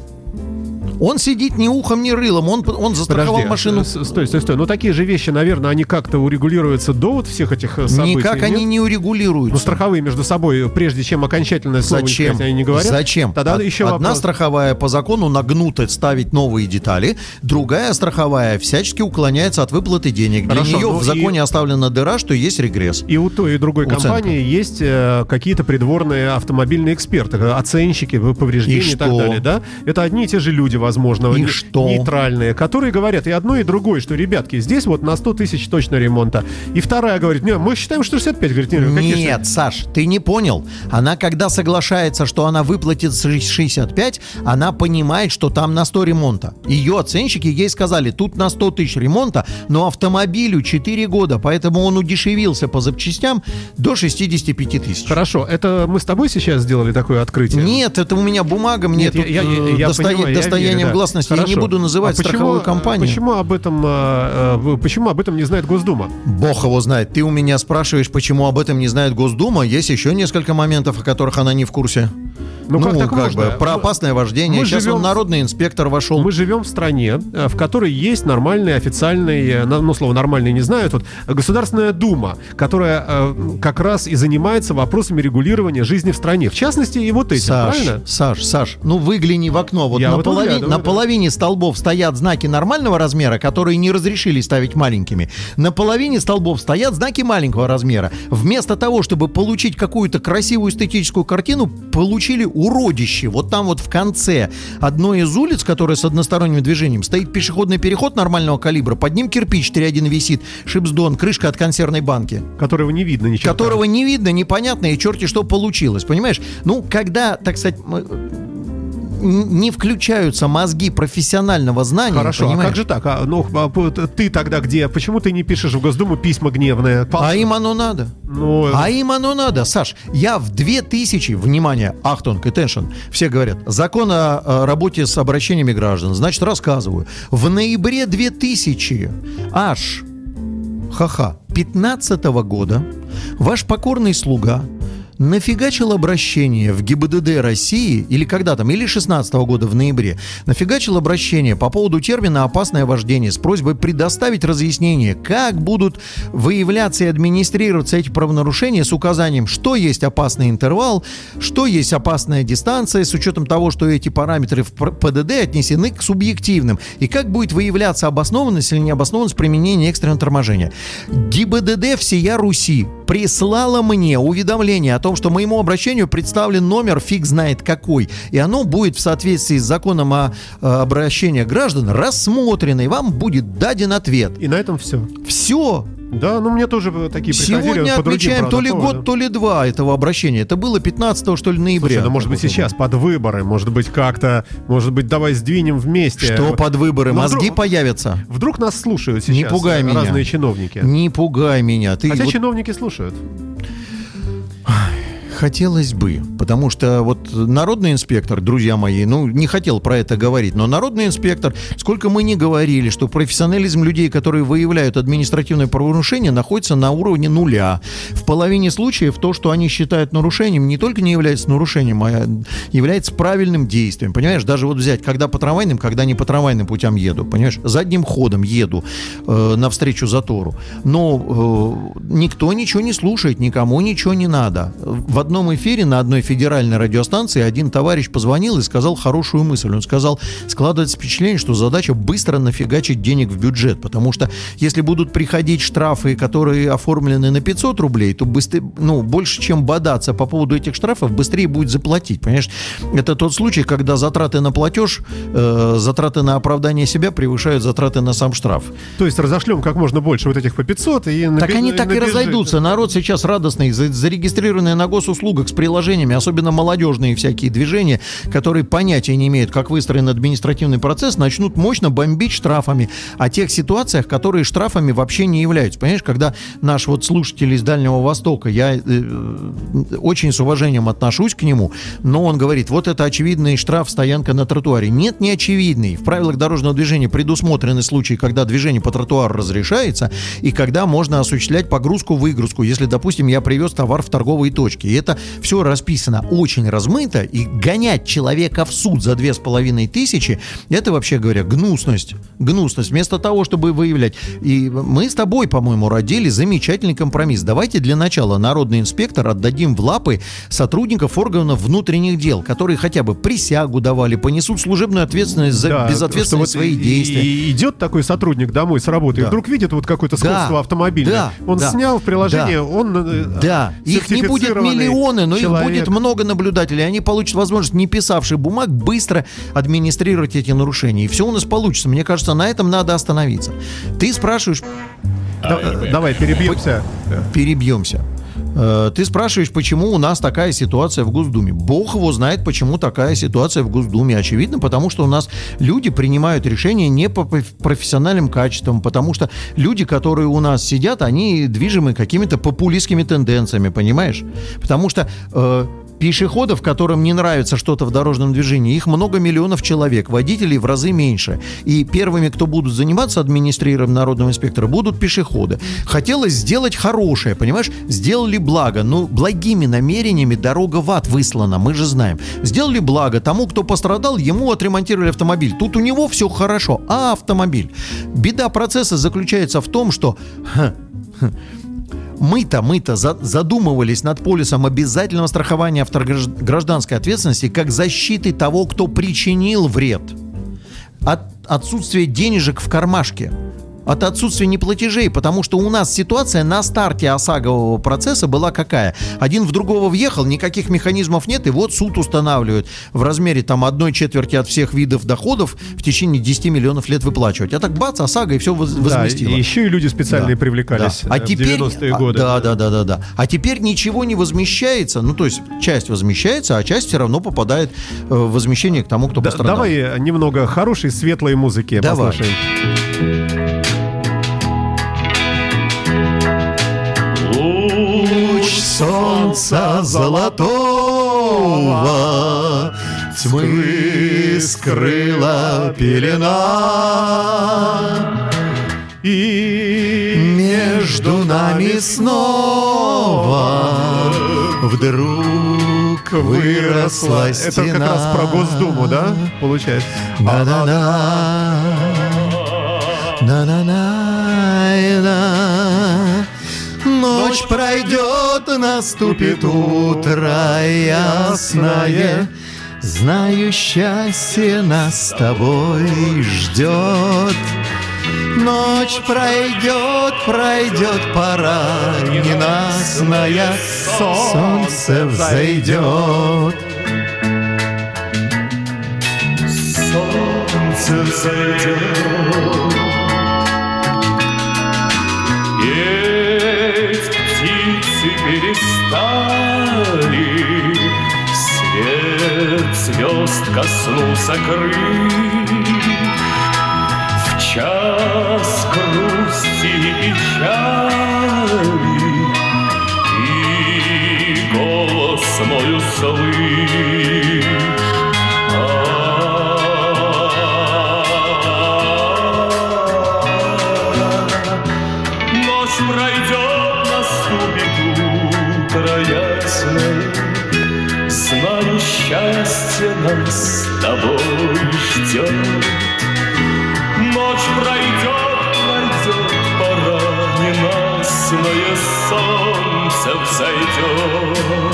Он сидит ни ухом, ни рылом, он, он застраховал машину. Стой, стой, стой. Ну, такие же вещи, наверное, они как-то урегулируются до вот всех этих э, событий. Никак они нет? не урегулируются. Ну, страховые между собой, прежде чем окончательное слово Зачем? сказать, они не говорят. Зачем? Тогда Од- еще Одна вопрос. страховая по закону нагнута ставить новые детали, другая страховая всячески уклоняется от выплаты денег. Хорошо, Для нее ну в законе и- оставлена дыра, что есть регресс. И у той, и другой У компании есть э, какие-то придворные автомобильные эксперты, э, оценщики повреждений И и, так что? далее, да? Это одни и те же люди, возможно, И не- что? нейтральные, которые говорят и одно, и другое, что, ребятки, здесь вот на сто тысяч точно ремонта. И вторая говорит: не, мы считаем, что шестьдесят пять. Говорит, нет, какие Нет, Саш, ты не понял. Она, когда соглашается, что она выплатит шестьдесят пять, она понимает, что там на сто ремонта. Ее оценщики ей сказали: тут на сто тысяч ремонта, но автомобилю четыре года, поэтому он удешевился по запчастям до шестьдесят пять тысяч. Хорошо, это мы с тобой сейчас сделали такое открытие? Нет, это у меня бумага, мне Нет, тут я, я, э, я достоя- понимаю, я достоянием верю, да. гласности. Я не Хорошо. буду называть А почему, страховую компанию. Почему об этом, э, э, почему об этом не знает Госдума? Бог его знает. Ты у меня спрашиваешь, почему об этом не знает Госдума. Есть еще несколько моментов, о которых она не в курсе. Ну, как так как можно? бы, про Мы- опасное вождение. мы Сейчас живем- он народный инспектор вошел. Мы живем в стране, э, в которой есть нормальный официальный, э, на- ну, слово нормальный не знаю, тут Государственная Дума, которая э, как раз и занимается вопросами регулирования жизни в стране. В частности, и вот этим, Саш, правильно? Саш, Саш, ну выгляни в окно. Вот Я на, вот половине, выглядываю, на да. половине столбов стоят знаки нормального размера, которые не разрешили ставить маленькими. На половине столбов стоят знаки маленького размера. Вместо того, чтобы получить какую-то красивую эстетическую картину, получили уродище. Вот там вот в конце одной из улиц, которая с односторонним движением, стоит пешеходный переход нормального калибра, под ним кирпич три один висит, шипсдон, крышка от консервной банки, Которого не видно ничего. которого не видно, непонятно, и черти что получилось, понимаешь? Ну, когда, так сказать, м- н- не включаются мозги профессионального знания, Хорошо, а понимаешь? как же так? А, ну, а, п- ты тогда где? Почему ты не пишешь в Госдуму письма гневные? А им оно надо. Ну, А им оно надо, Саш. Я в две тысячи, внимание, ахтунг, attention, все говорят, закон о, о работе с обращениями граждан, значит, рассказываю. В ноябре две тысячи аж, ха-ха, пятнадцатого года ваш покорный слуга нафигачил обращение в ГИБДД России, или когда там, или шестнадцатого года в ноябре, нафигачил обращение по поводу термина «опасное вождение» с просьбой предоставить разъяснение, как будут выявляться и администрироваться эти правонарушения с указанием, что есть опасный интервал, что есть опасная дистанция, с учетом того, что эти параметры в ПДД отнесены к субъективным, и как будет выявляться обоснованность или необоснованность применения экстренного торможения. ГИБДД всея Руси прислала мне уведомление о том, что моему обращению представлен номер фиг знает какой, и оно будет в соответствии с законом о, о обращении граждан рассмотрено, и вам будет даден ответ. и на этом все. Все. Да, ну мне тоже такие приходили Сегодня по другим, отмечаем правда, то ли поводам. год, то ли два этого обращения. Это было пятнадцатого, что ли, ноября. Слушай, ну может быть сейчас под выборы, может быть как-то, может быть давай сдвинем вместе. Что под выборы? Ну, Мозги вдруг- появятся. Вдруг нас слушают сейчас Не пугай меня. разные чиновники. Не пугай меня. Ты Хотя вот- чиновники слушают. Хотелось бы, потому что вот народный инспектор, друзья мои, ну, не хотел про это говорить, но народный инспектор, сколько мы ни говорили, что профессионализм людей, которые выявляют административное правонарушение, находится на уровне нуля. В половине случаев то, что они считают нарушением, не только не является нарушением, а является правильным действием. Понимаешь, даже вот взять, когда по трамвайным, когда не по трамвайным путям еду, понимаешь, задним ходом еду э, навстречу затору. Но э, никто ничего не слушает, никому ничего не надо. В одном эфире на одной федеральной радиостанции один товарищ позвонил и сказал хорошую мысль. Он сказал, складывается впечатление, что задача быстро нафигачить денег в бюджет, потому что если будут приходить штрафы, которые оформлены на пятьсот рублей, то быстрее, ну, больше, чем бодаться по поводу этих штрафов, быстрее будет заплатить, понимаешь? Это тот случай, когда затраты на платеж, э, затраты на оправдание себя превышают затраты на сам штраф. То есть разошлем как можно больше вот этих по пятьсот и наби- Так они так и набежит. разойдутся. Народ сейчас радостный, за- зарегистрированные на госуслугах с приложениями, особенно молодежные всякие движения, которые понятия не имеют, как выстроен административный процесс, начнут мощно бомбить штрафами о тех ситуациях, которые штрафами вообще не являются. Понимаешь, когда наш вот слушатель из Дальнего Востока, я э, очень с уважением отношусь к нему, но он говорит, вот это очевидный штраф, стоянка на тротуаре. Нет, не очевидный. В правилах дорожного движения предусмотрены случаи, когда движение по тротуару разрешается и когда можно осуществлять погрузку-выгрузку, если, допустим, я привез товар в торговые точки. И это все расписано очень размыто, и гонять человека в суд за две с половиной тысячи, это, вообще говоря, гнусность. Гнусность. Вместо того, чтобы выявлять. И мы с тобой, по-моему, родили замечательный компромисс. Давайте для начала народный инспектор отдадим в лапы сотрудников органов внутренних дел, которые хотя бы присягу давали, понесут служебную ответственность за Да, безответственность что вот своих и- действий. И идет такой сотрудник домой с работы, Да. и вдруг видит вот какое-то сходство Да, автомобиля. да, Он да, снял в приложении, да. он э, Да, их не будет сертифицированный миллионы, но их человек. будет много наблюдателей. Они получат возможность, не писавший бумаг, быстро администрировать эти нарушения. И все у нас получится. Мне кажется, на этом надо остановиться. Ты спрашиваешь... Да- Давай, перебьемся. Перебьемся. Э, Ты спрашиваешь, почему у нас такая ситуация в Госдуме. Бог его знает, почему такая ситуация в Госдуме. Очевидно, потому что у нас люди принимают решения не по проф- профессиональным качествам, потому что люди, которые у нас сидят, они движимы какими-то популистскими тенденциями, понимаешь? Потому что... э, пешеходов, которым не нравится что-то в дорожном движении, их много миллионов человек, водителей в разы меньше. И первыми, кто будут заниматься администрированием народного инспектора, будут пешеходы. Хотелось сделать хорошее, понимаешь? Сделали благо, но благими намерениями дорога в ад выслана, мы же знаем. Сделали благо тому, кто пострадал, ему отремонтировали автомобиль. Тут у него все хорошо, а автомобиль. Беда процесса заключается в том, что... Мы-то, мы-то задумывались над полисом обязательного страхования автогражданской ответственности как защиты того, кто причинил вред. От отсутствия денежек в кармашке. От отсутствия неплатежей, потому что у нас ситуация на старте ОСАГОвого процесса была какая? Один в другого въехал, никаких механизмов нет, и вот суд устанавливает в размере там одной четверти от всех видов доходов в течение десяти миллионов лет выплачивать. А так бац, ОСАГО, и все воз- возместило. Да, и еще и люди специальные Да, привлекались да. А э, в теперь, девяностые годы. А, да, да, да, да, да. А теперь ничего не возмещается, ну то есть часть возмещается, а часть все равно попадает э, в возмещение к тому, кто Да- пострадал. Давай немного хорошей, светлой музыки Давай. послушаем. Луч солнца золотого тьмы скрыла пелена, и между нами снова вдруг выросла стена. Это как раз про Госдуму, да, получается? На-на-на, на-на-на. Ночь пройдет, наступит утро ясное. Знаю, счастье нас с тобой ждет. Ночь пройдет, пройдет пора ненастная, солнце взойдет. Солнце взойдет. Петь птицы перестали, свет звезд коснулся крыль. В час грусти и печали и голос мой услышь. Ночь пройдет, наступит утро ясное. Знаю, счастье нас с тобой ждет. Ночь пройдет, пройдет пора ненастная. ясное солнце взойдет.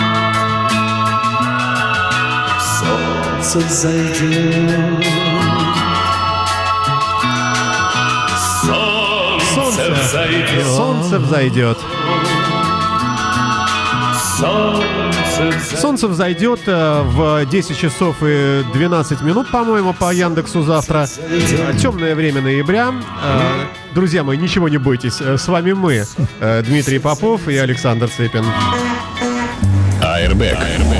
Солнце взойдет. Солнце взойдет. Солнце взойдет. Солнце взойдет в десять часов и двенадцать минут, по-моему, по Яндексу завтра. Темное время ноября. Друзья мои, ничего не бойтесь. С вами мы, Дмитрий Попов и Александр Цыпин. Airbag.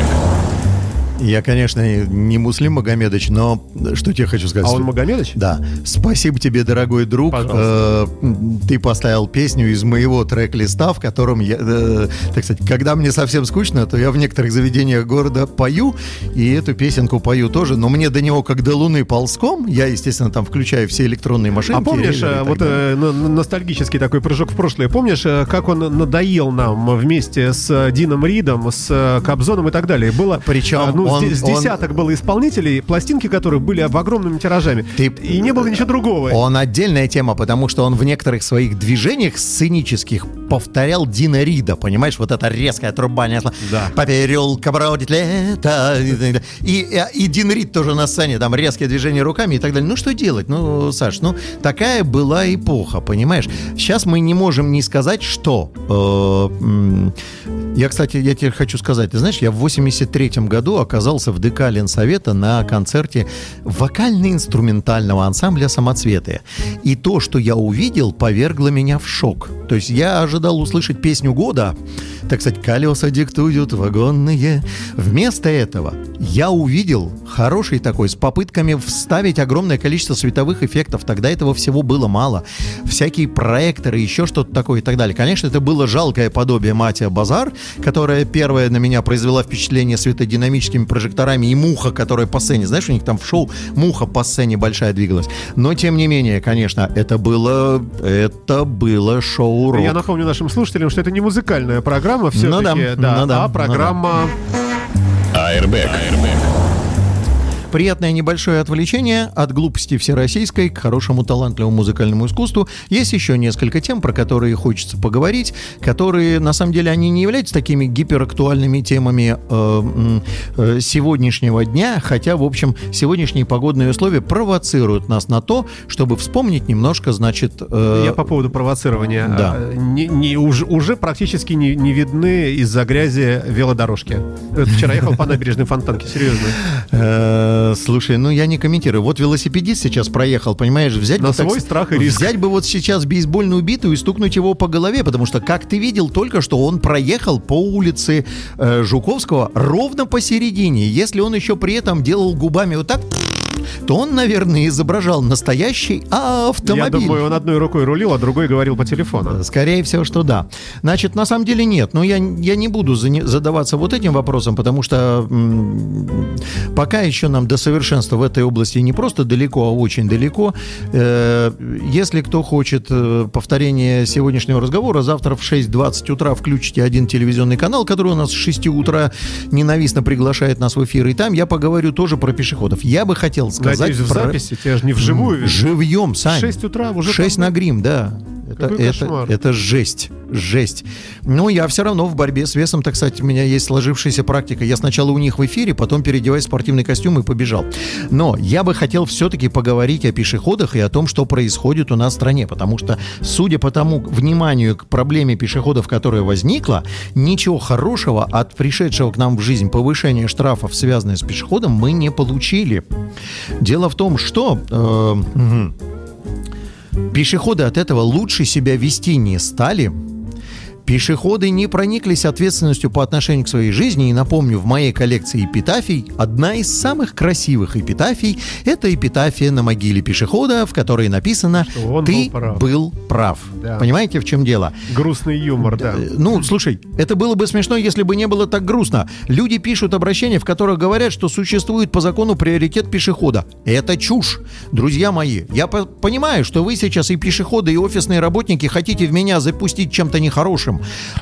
Я, конечно, не Муслим Магомедович, но что тебе хочу сказать? А он Магомедович? Да. Спасибо тебе, дорогой друг. Э, ты поставил песню из моего трек-листа, в котором я, э, так сказать, когда мне совсем скучно, то я в некоторых заведениях города пою, и эту песенку пою тоже, но мне до него как до луны ползком. Я, естественно, там включаю все электронные машинки. А помнишь, вот э, ностальгический такой прыжок в прошлое, помнишь, как он надоел нам вместе с Дином Ридом, с Кобзоном и так далее? Было, причем ну, он, с десяток он... было исполнителей, пластинки которых были в огромными тиражами. Ты... И не было ничего другого. Он отдельная тема, потому что он в некоторых своих движениях сценических повторял Дина Рида, понимаешь? Вот это резкое отрубание. Да. По переулкам бродит лето. И, и, и Дин Рид тоже на сцене, там резкие движения руками и так далее. Ну, что делать? Ну, Саш, ну, такая была эпоха, понимаешь? Сейчас мы не можем не сказать, что... Э, я, кстати, я тебе хочу сказать, ты знаешь, я в восемьдесят третьем году оказался в ДК Ленсовета на концерте вокально-инструментального ансамбля «Самоцветы». И то, что я увидел, повергло меня в шок. То есть я ожидал услышать песню года, так сказать, «Колеса диктуют вагонные». Вместо этого я увидел хороший такой, с попытками вставить огромное количество световых эффектов. Тогда этого всего было мало. Всякие проекторы, еще что-то такое и так далее. Конечно, это было жалкое подобие «Матиа Базар», которая первая на меня произвела впечатление светодинамическими прожекторами, и муха, которая по сцене, знаешь, у них там в шоу муха по сцене большая двигалась. Но, тем не менее, конечно, это было, это было шоу-рок. Я напомню нашим слушателям, что это не музыкальная программа все-таки, ну да, да, ну да, а программа... Airbag. Приятное небольшое отвлечение от глупости всероссийской к хорошему талантливому музыкальному искусству. Есть еще несколько тем, про которые хочется поговорить, которые, на самом деле, они не являются такими гиперактуальными темами э, э, сегодняшнего дня, хотя, в общем, сегодняшние погодные условия провоцируют нас на то, чтобы вспомнить немножко, значит... Э, Я по поводу провоцирования. Да. Не, не, уже, уже практически не, не видны из-за грязи велодорожки. Вчера ехал по набережной Фонтанки, серьезно. Слушай, ну я не комментирую. Вот велосипедист сейчас проехал, понимаешь, взять на бы свой так, страх и риск. Взять бы вот сейчас бейсбольную биту и стукнуть его по голове, потому что, как ты видел только что, он проехал по улице э, Жуковского ровно посередине. Если он еще при этом делал губами вот так, то он, наверное, изображал настоящий автомобиль. Я думаю, он одной рукой рулил, а другой говорил по телефону. Скорее всего, что да. Значит, на самом деле нет. Но я, я не буду задаваться вот этим вопросом, потому что м- пока еще нам до совершенства в этой области не просто далеко, а очень далеко. Э- если кто хочет повторение сегодняшнего разговора, завтра в шесть двадцать утра включите один телевизионный канал, который у нас с шести утра ненавистно приглашает нас в эфир. И там я поговорю тоже про пешеходов. Я бы хотел сказать... Надеюсь, в про... записи, тебя же не вживую видно. Живьем, Сань. В шесть утра уже... шесть там... на грим, да. Это, это, это жесть, жесть. Но я все равно в борьбе с весом, так сказать, у меня есть сложившаяся практика. Я сначала у них в эфире, потом переодеваюсь в спортивный костюм и побежал. Но я бы хотел все-таки поговорить о пешеходах и о том, что происходит у нас в стране. Потому что, судя по тому вниманию к проблеме пешеходов, которая возникла, ничего хорошего от пришедшего к нам в жизнь повышения штрафов, связанных с пешеходом, мы не получили. Дело в том, что... Э, пешеходы от этого лучше себя вести не стали. Пешеходы не прониклись ответственностью по отношению к своей жизни. И напомню, в моей коллекции эпитафий одна из самых красивых эпитафий — это эпитафия на могиле пешехода, в которой написано «Ты был прав». Был прав. Да. Понимаете, в чем дело? Грустный юмор, да. Ну, слушай, это было бы смешно, если бы не было так грустно. Люди пишут обращения, в которых говорят, что существует по закону приоритет пешехода. Это чушь. Друзья мои, я по- понимаю, что вы сейчас и пешеходы, и офисные работники хотите в меня запустить чем-то нехорошим. прочим,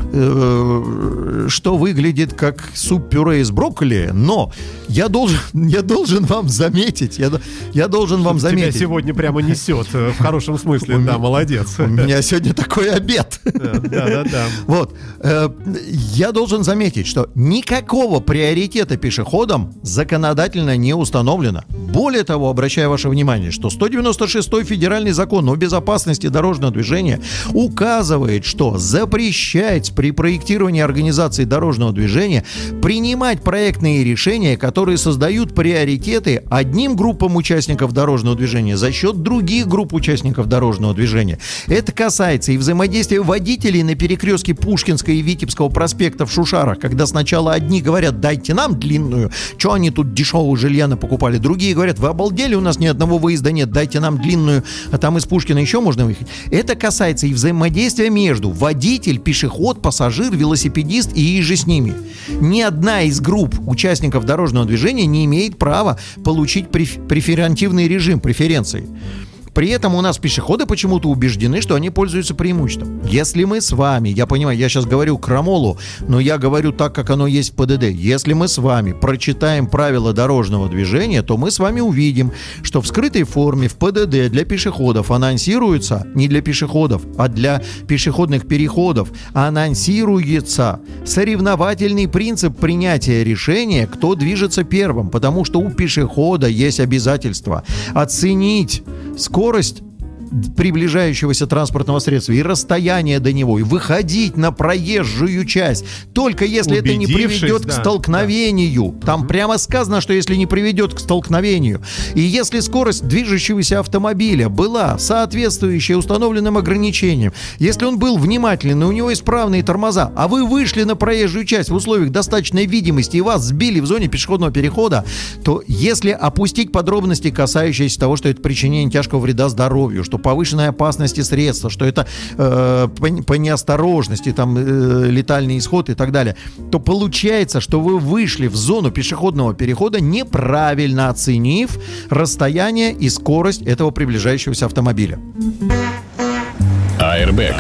э, что выглядит как суп-пюре из брокколи, но я должен, я должен вам заметить, я, я должен вам заметить. Тебя сегодня прямо несет, в хорошем смысле, да, молодец. У меня сегодня такой обед. Да, да, да. Вот, э, я должен заметить, что никакого приоритета пешеходам законодательно не установлено. Более того, обращаю ваше внимание, что сто девяносто шестой федеральный закон о безопасности дорожного движения указывает, что запрещает при проектировании организации дорожного движения принимать проектные решения, которые создают приоритеты одним группам участников дорожного движения за счет других групп участников дорожного движения. Это касается и взаимодействия водителей на перекрестке Пушкинского и Витебского проспекта в Шушарах, когда сначала одни говорят: дайте нам длинную, что они тут дешевого жилья напокупали, другие говорят: вы обалдели, у нас ни одного выезда нет, дайте нам длинную, а там из Пушкина еще можно выехать. Это касается и взаимодействия между водитель, пешеход, пассажир, велосипедист и иже с ними. Ни одна из групп участников дорожного движения не имеет права получить преф- преферентивный режим, преференции. При этом у нас пешеходы почему-то убеждены, что они пользуются преимуществом. Если мы с вами, я понимаю, я сейчас говорю крамолу, но я говорю так, как оно есть в ПДД. Если мы с вами прочитаем правила дорожного движения, то мы с вами увидим, что в скрытой форме в ПДД для пешеходов анонсируется, не для пешеходов, а для пешеходных переходов, анонсируется соревновательный принцип принятия решения, кто движется первым, потому что у пешехода есть обязательство оценить скорость скорость приближающегося транспортного средства и расстояние до него, и выходить на проезжую часть, только если это не приведет да, к столкновению. Да. Там угу. прямо сказано, что если не приведет к столкновению. И если скорость движущегося автомобиля была соответствующая установленным ограничениям, если он был внимателен, и у него исправные тормоза, а вы вышли на проезжую часть в условиях достаточной видимости и вас сбили в зоне пешеходного перехода, то если опустить подробности, касающиеся того, что это причинение тяжкого вреда здоровью, что повышенной опасности средства, что это э, по, по неосторожности, там, э, летальный исход и так далее, то получается, что вы вышли в зону пешеходного перехода, неправильно оценив расстояние и скорость этого приближающегося автомобиля. Airbag.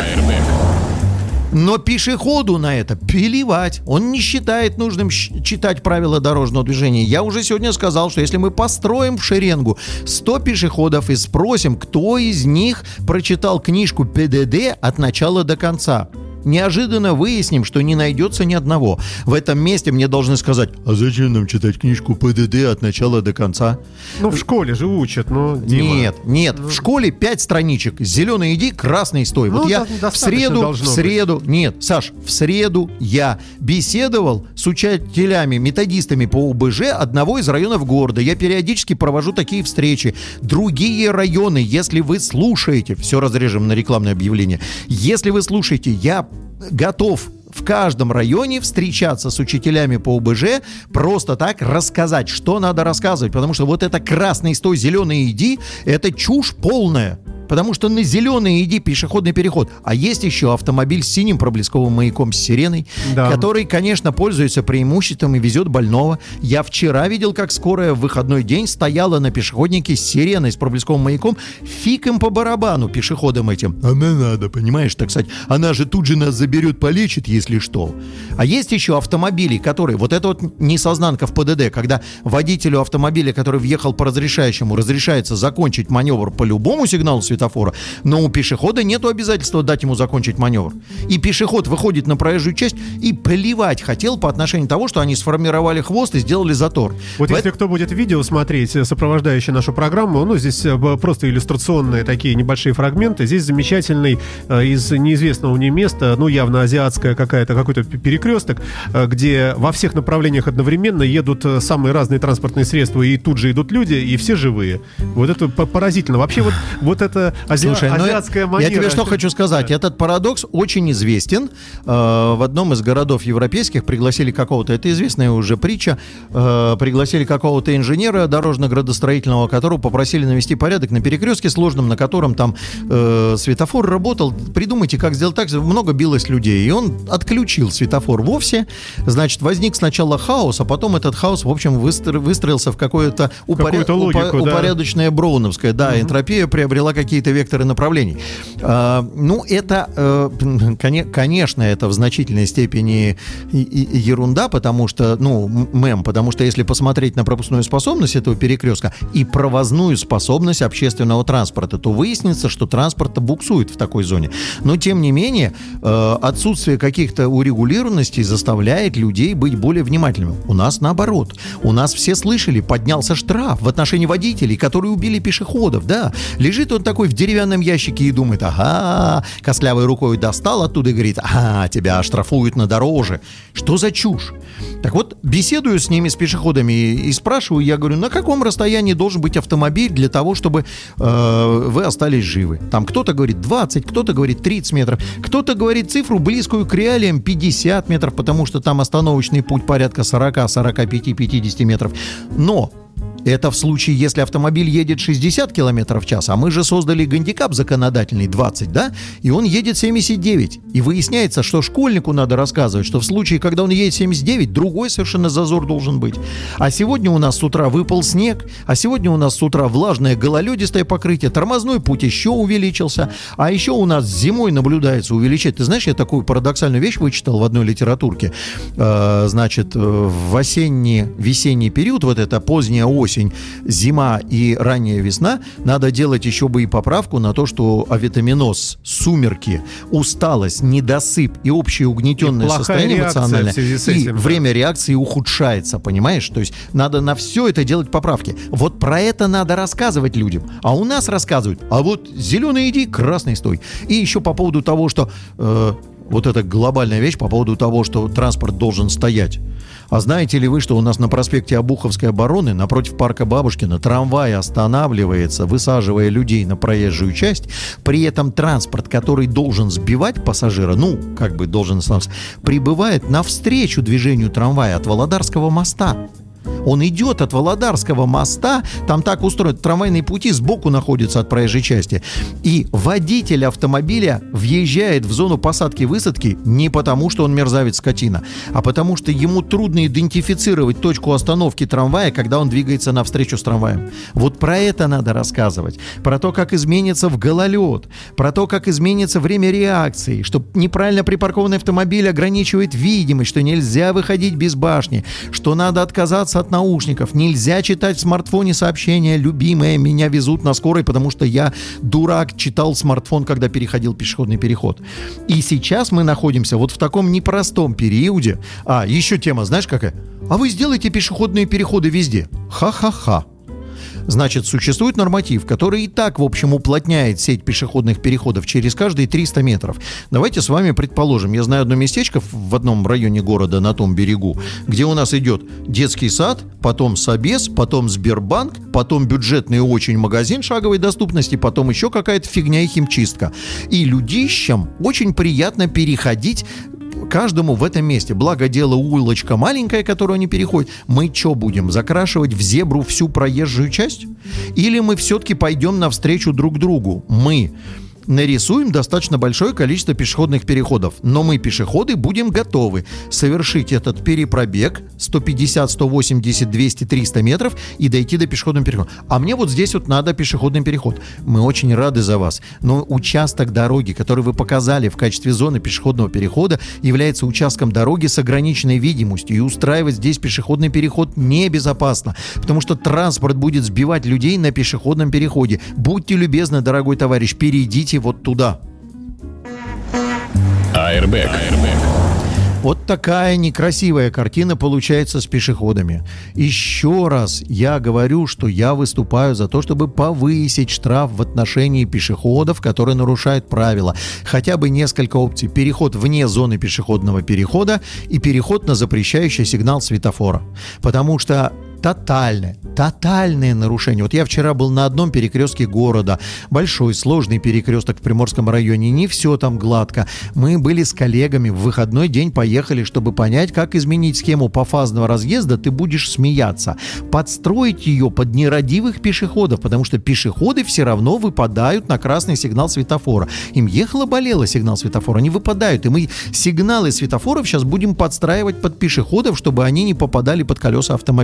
Но пешеходу на это плевать. Он не считает нужным читать правила дорожного движения. Я уже сегодня сказал, что если мы построим в шеренгу сто пешеходов и спросим, кто из них прочитал книжку ПДД от начала до конца, неожиданно выясним, что не найдется ни одного. В этом месте мне должны сказать: а зачем нам читать книжку ПДД от начала до конца? Ну, в школе же учат, но, Дима... Нет, нет, в школе пять страничек. Зеленый иди, красный стой. Ну, вот я в среду, в среду... быть. Нет, Саш, в среду я беседовал с учителями, методистами по ОБЖ одного из районов города. Я периодически провожу такие встречи. Другие районы, если вы слушаете... Все разрежем на рекламное объявление. Если вы слушаете, я готов в каждом районе встречаться с учителями по ОБЖ, просто так рассказать, что надо рассказывать, потому что вот это красный стой, зеленый иди, это чушь полная. Потому что на зеленый иди пешеходный переход. А есть еще автомобиль с синим проблесковым маяком с сиреной, да, который, конечно, пользуется преимуществом и везет больного. Я вчера видел, как скорая в выходной день стояла на пешеходнике с сиреной, с проблесковым маяком. Фиг им по барабану пешеходам этим. А не надо, понимаешь, так сказать. Она же тут же нас заберет, полечит, если что. А есть еще автомобили, которые... Вот это вот несознанка в ПДД, когда водителю автомобиля, который въехал по разрешающему, разрешается закончить маневр по любому сигналу светофора, но у пешехода нету обязательства дать ему закончить маневр. И пешеход выходит на проезжую часть и плевать хотел по отношению к тому, что они сформировали хвост и сделали затор. Вот В если это... кто будет видео смотреть, сопровождающее нашу программу, ну, здесь просто иллюстрационные такие небольшие фрагменты. Здесь замечательный э, из неизвестного мне места, ну, явно азиатская какая-то, какой-то перекресток, э, где во всех направлениях одновременно едут самые разные транспортные средства, и тут же идут люди, и все живые. Вот это поразительно. Вообще вот, вот это Ази... Слушай, азиатская манера. Я тебе что хочу сказать. Да. Этот парадокс очень известен. Э, в одном из городов европейских пригласили какого-то, это известная уже притча, э, пригласили какого-то инженера дорожно-градостроительного, которого попросили навести порядок на перекрестке сложном, на котором там э, светофор работал. Придумайте, как сделать так. Много билось людей. И он отключил светофор вовсе. Значит, возник сначала хаос, а потом этот хаос, в общем, выстро... выстроился в какое-то упоря... логику, упо... да. упорядочное броуновское. Да, угу. Энтропия приобрела какие какие-то векторы направлений. А, ну, это, э, конечно, это в значительной степени ерунда, потому что, ну, мем, потому что если посмотреть на пропускную способность этого перекрестка и провозную способность общественного транспорта, то выяснится, что транспорт буксует в такой зоне. Но, тем не менее, э, отсутствие каких-то урегулированностей заставляет людей быть более внимательными. У нас наоборот. У нас все слышали, поднялся штраф в отношении водителей, которые убили пешеходов, да. Лежит он такой в деревянном ящике и думает, ага, костлявой рукой достал оттуда и говорит, ага, тебя оштрафуют на дороже. Что за чушь? Так вот, беседую с ними, с пешеходами, и спрашиваю, я говорю, на каком расстоянии должен быть автомобиль для того, чтобы э, вы остались живы? Там кто-то говорит двадцать, кто-то говорит тридцать метров, кто-то говорит цифру близкую к реалиям пятьдесят метров, потому что там остановочный путь порядка сорок, сорок пять, пятьдесят метров. Но это в случае, если автомобиль едет шестьдесят километров в час, а мы же создали гандикап законодательный двадцать, да? И он едет семьдесят девять. И выясняется, что школьнику надо рассказывать, что в случае, когда он едет семьдесят девять, другой совершенно зазор должен быть. А сегодня у нас с утра выпал снег, а сегодня у нас с утра влажное гололедистое покрытие, тормозной путь еще увеличился, а еще у нас зимой наблюдается увеличение. Ты знаешь, я такую парадоксальную вещь вычитал в одной литературке. Э, значит, в осенний, весенний период, вот это поздняя осень, зима и ранняя весна, надо делать еще бы и поправку на то, что авитаминоз, сумерки, усталость, недосып и общее угнетенное состояние эмоциональное, и время реакции ухудшается, понимаешь? То есть надо на все это делать поправки. Вот про это надо рассказывать людям. А у нас рассказывают, а вот зеленый иди, красный стой. И еще по поводу того, что э, вот эта глобальная вещь, по поводу того, что транспорт должен стоять. А знаете ли вы, что у нас на проспекте Обуховской обороны, напротив парка Бабушкина, трамвай останавливается, высаживая людей на проезжую часть, при этом транспорт, который должен сбивать пассажира, ну, как бы должен остановиться, прибывает навстречу движению трамвая от Володарского моста. Он идет от Володарского моста, там так устроены трамвайные пути, сбоку находятся от проезжей части. И водитель автомобиля въезжает в зону посадки-высадки не потому, что он мерзавец-скотина, а потому что ему трудно идентифицировать точку остановки трамвая, когда он двигается навстречу с трамваем. Вот про это надо рассказывать. Про то, как изменится в гололед, про то, как изменится время реакции, что неправильно припаркованный автомобиль ограничивает видимость, что нельзя выходить без башни, что надо отказаться от наушников, нельзя читать в смартфоне сообщения «Любимые, меня везут на скорой, потому что я, дурак, читал смартфон, когда переходил пешеходный переход». И сейчас мы находимся вот в таком непростом периоде. А, еще тема, знаешь какая? А вы сделайте пешеходные переходы везде. Ха-ха-ха. Значит, существует норматив, который и так, в общем, уплотняет сеть пешеходных переходов через каждые триста метров. Давайте с вами предположим, я знаю одно местечко в одном районе города на том берегу, где у нас идет детский сад, потом Собес, потом Сбербанк, потом бюджетный очень магазин шаговой доступности, потом еще какая-то фигня и химчистка. И людищам очень приятно переходить каждому в этом месте. Благо дело, улочка маленькая, которую они переходят. Мы что будем, закрашивать в зебру всю проезжую часть? Или мы все-таки пойдем навстречу друг другу? Мы нарисуем достаточно большое количество пешеходных переходов, но мы, пешеходы, будем готовы совершить этот перепробег сто пятьдесят, сто восемьдесят, двести, триста метров и дойти до пешеходного перехода. А мне вот здесь вот надо пешеходный переход. Мы очень рады за вас, но участок дороги, который вы показали в качестве зоны пешеходного перехода, является участком дороги с ограниченной видимостью, и устраивать здесь пешеходный переход небезопасно, потому что транспорт будет сбивать людей на пешеходном переходе. Будьте любезны, дорогой товарищ, перейдите вот туда. Airbag. Вот такая некрасивая картина получается с пешеходами. Еще раз я говорю, что я выступаю за то, чтобы повысить штраф в отношении пешеходов, которые нарушают правила. Хотя бы несколько опций. Переход вне зоны пешеходного перехода и переход на запрещающий сигнал светофора. Потому что тотальное, тотальное нарушение. Вот я вчера был на одном перекрестке города. Большой, сложный перекресток в Приморском районе. Не все там гладко. Мы были с коллегами в выходной день, поехали, чтобы понять, как изменить схему пофазного разъезда. Ты будешь смеяться. Подстроить ее под нерадивых пешеходов, потому что пешеходы все равно выпадают на красный сигнал светофора. Им ехало-болело сигнал светофора. Они выпадают. И мы сигналы светофоров сейчас будем подстраивать под пешеходов, чтобы они не попадали под колеса автомобилем.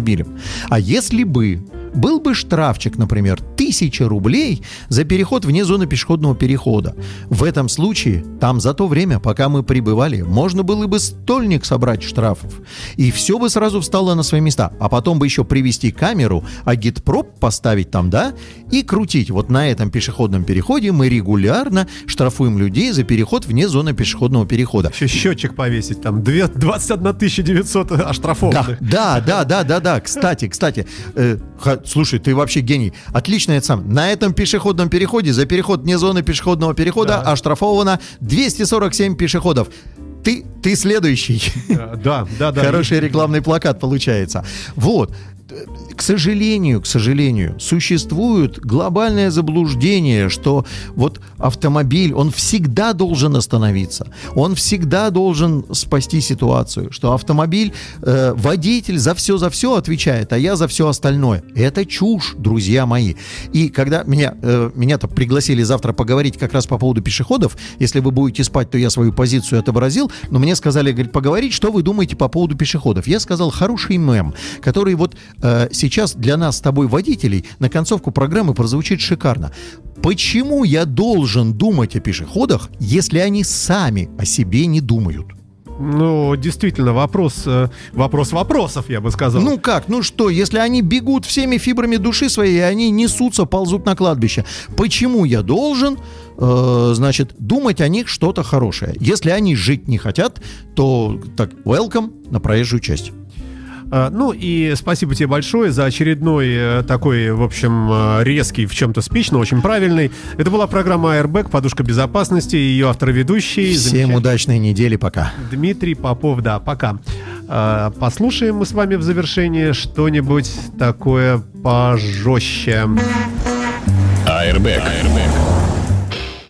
А если бы был бы штрафчик, например, тысяча рублей за переход вне зоны пешеходного перехода. В этом случае, там за то время, пока мы пребывали, можно было бы стольник собрать штрафов. И все бы сразу встало на свои места. А потом бы еще привести камеру, агитпроп поставить там, да, и крутить. Вот на этом пешеходном переходе мы регулярно штрафуем людей за переход вне зоны пешеходного перехода. Еще счетчик повесить, там двадцать одна тысяча девятьсот оштрафованных. Да, да, да, да, да. Кстати, кстати, э, ха, слушай, ты вообще гений. Отлично это сам. На этом пешеходном переходе за переход вне зоны пешеходного перехода да. оштрафовано двести сорок семь пешеходов. Ты, ты следующий. Да, да, да. Хороший рекламный плакат получается. Вот. К сожалению, к сожалению, существует глобальное заблуждение, что вот автомобиль, он всегда должен остановиться, он всегда должен спасти ситуацию, что автомобиль, э, водитель за все, за все отвечает, а я за все остальное. Это чушь, друзья мои. И когда меня, э, меня-то пригласили завтра поговорить как раз по поводу пешеходов, если вы будете спать, то я свою позицию отобразил, но мне сказали, говорит, поговорить, что вы думаете по поводу пешеходов. Я сказал хороший мем, который вот сейчас для нас с тобой, водителей, на концовку программы прозвучит шикарно. Почему я должен думать о пешеходах, если они сами о себе не думают? Ну, действительно, вопрос, вопрос вопросов, я бы сказал. Ну как, ну что, если они бегут всеми фибрами души своей, они несутся, ползут на кладбище. Почему я должен, э, значит, думать о них что-то хорошее? Если они жить не хотят, то так, welcome на проезжую часть. Ну и спасибо тебе большое за очередной такой, в общем, резкий в чем-то спич, но очень правильный. Это была программа Airbag, подушка безопасности, ее автор и ведущий. Всем удачной недели, пока. Дмитрий Попов, да, пока. Послушаем мы с вами в завершении что-нибудь такое пожестче. Airbag. Airbag.